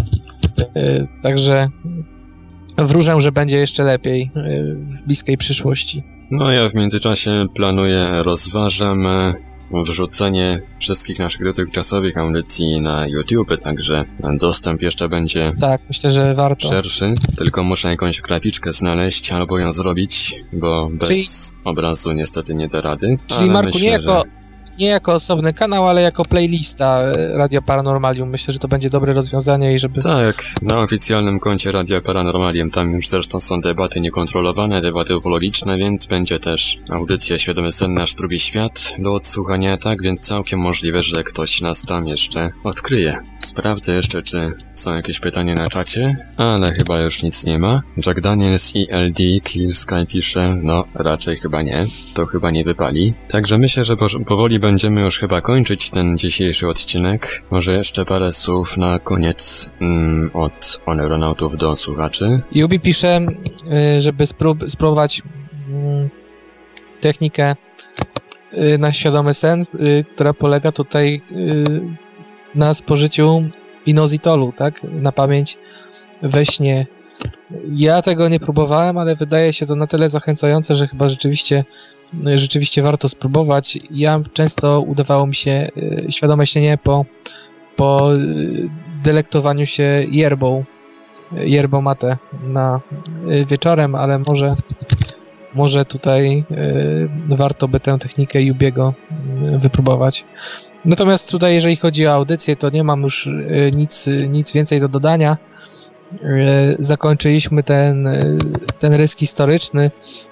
Y, także wróżę, że będzie jeszcze lepiej y, w bliskiej przyszłości. No ja w międzyczasie planuję, rozważam wrzucenie wszystkich naszych dotychczasowych audycji na YouTube, także dostęp jeszcze będzie tak, myślę, że warto. Szerszy, tylko muszę jakąś graficzkę znaleźć albo ją zrobić, bo bez czyli, obrazu niestety nie da rady. Czyli Marku, myślę, nie jako... Że... nie jako osobny kanał, ale jako playlista Radia Paranormalium. Myślę, że to będzie dobre rozwiązanie i żeby... Tak, na oficjalnym koncie Radia Paranormalium, tam już zresztą są debaty niekontrolowane, debaty ufologiczne, więc będzie też audycja Świadomy Sen, Nasz Drugi Świat do odsłuchania, tak więc całkiem możliwe, że ktoś nas tam jeszcze odkryje. Sprawdzę jeszcze, czy są jakieś pytania na czacie, ale chyba już nic nie ma. Jack Daniels i L D Clear Sky pisze, no raczej chyba nie, to chyba nie wypali. Także myślę, że powoli będziemy już chyba kończyć ten dzisiejszy odcinek. Może jeszcze parę słów na koniec mm, od Oneironautów do słuchaczy. Yubi pisze, żeby sprób- spróbować mm, technikę y, na świadomy sen, y, która polega tutaj y, na spożyciu inozitolu, tak? Na pamięć we śnie. Ja tego nie próbowałem, ale wydaje się to na tyle zachęcające, że chyba rzeczywiście rzeczywiście warto spróbować. Ja często udawało mi się y, świadome śnienie po, po y, delektowaniu się yerbą, yerbą mate na y, wieczorem, ale może może tutaj y, warto by tę technikę Yubiego y, wypróbować. Natomiast tutaj, jeżeli chodzi o audycję, to nie mam już y, nic, y, nic więcej do dodania. Y, zakończyliśmy ten, y, ten rys historyczny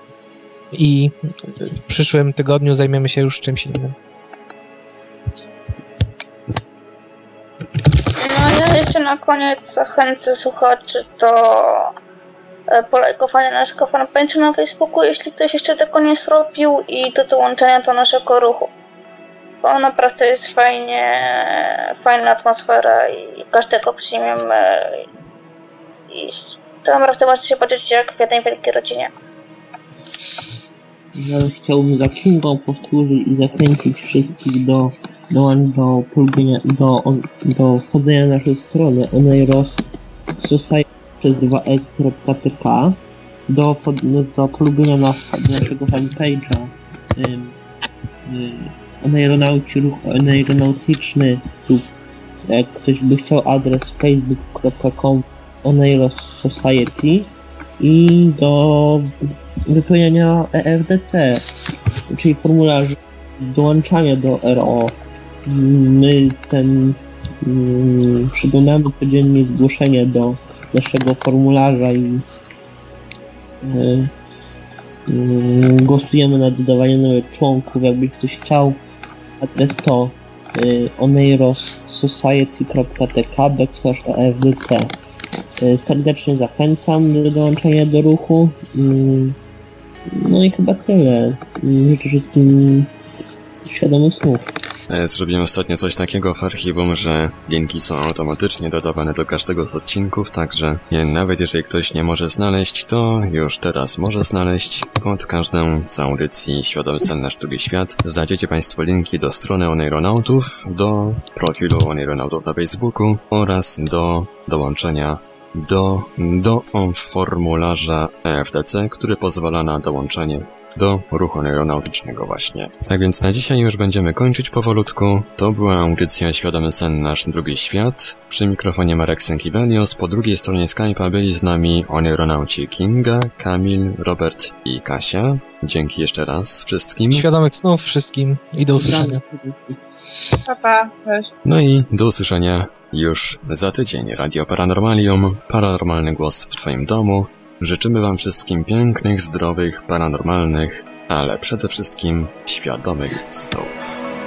i w przyszłym tygodniu zajmiemy się już czymś innym. No ja jeszcze na koniec zachęcę słuchaczy do polajkowania naszego fanpage'u na Facebooku, jeśli ktoś jeszcze tego nie zrobił, i do dołączenia do naszego ruchu. Bo naprawdę jest fajnie, fajna atmosfera i każdego przyjmiemy i to naprawdę można się poczuć jak w jednej wielkiej rodzinie. Ja chciałbym za Kingą powtórzyć i zachęcić wszystkich do do, do, polubienia, do, do wchodzenia na naszą stronę Oneiros Society przez dwa s kropka t k, do, do polubienia nas, naszego fanpage'a Oneironauci, ruch oneironautyczny, lub jak ktoś by chciał, adres facebook kropka com Oneiros Society, i do wypełniania E R D C, czyli formularzy dołączania do R O. My ten um, przyglądamy codziennie zgłoszenie do naszego formularza i y, y, głosujemy nad dodawaniem nowych członków. Jakby ktoś chciał, adres to y, oneirosociety kropka t k backslash e f d c. Y, serdecznie zachęcam do dołączenia do ruchu. Y, no i chyba tyle. Y, życzę wszystkim świadomych snów. Zrobiłem ostatnio coś takiego w archiwum, że linki są automatycznie dodawane do każdego z odcinków, także nawet jeżeli ktoś nie może znaleźć, to już teraz może znaleźć. Pod każdą z audycji Świadomy Sen Nasz Drugi Świat znajdziecie Państwo linki do strony Oneironautów, do profilu Oneironautów na Facebooku oraz do dołączenia do, do formularza E F D C, który pozwala na dołączenie do ruchu aeronautycznego właśnie. Tak więc na dzisiaj już będziemy kończyć powolutku. To była audycja Świadomy Sen Nasz Drugi Świat. Przy mikrofonie Marek Sękiewelios, po drugiej stronie Skype'a byli z nami aeronauci Kinga, Kamil, Robert i Kasia. Dzięki jeszcze raz wszystkim. Świadomych snów wszystkim i do usłyszenia. Pa, pa, cześć. No i do usłyszenia już za tydzień. Radio Paranormalium, paranormalny głos w Twoim domu. Życzymy Wam wszystkim pięknych, zdrowych, paranormalnych, ale przede wszystkim świadomych snów.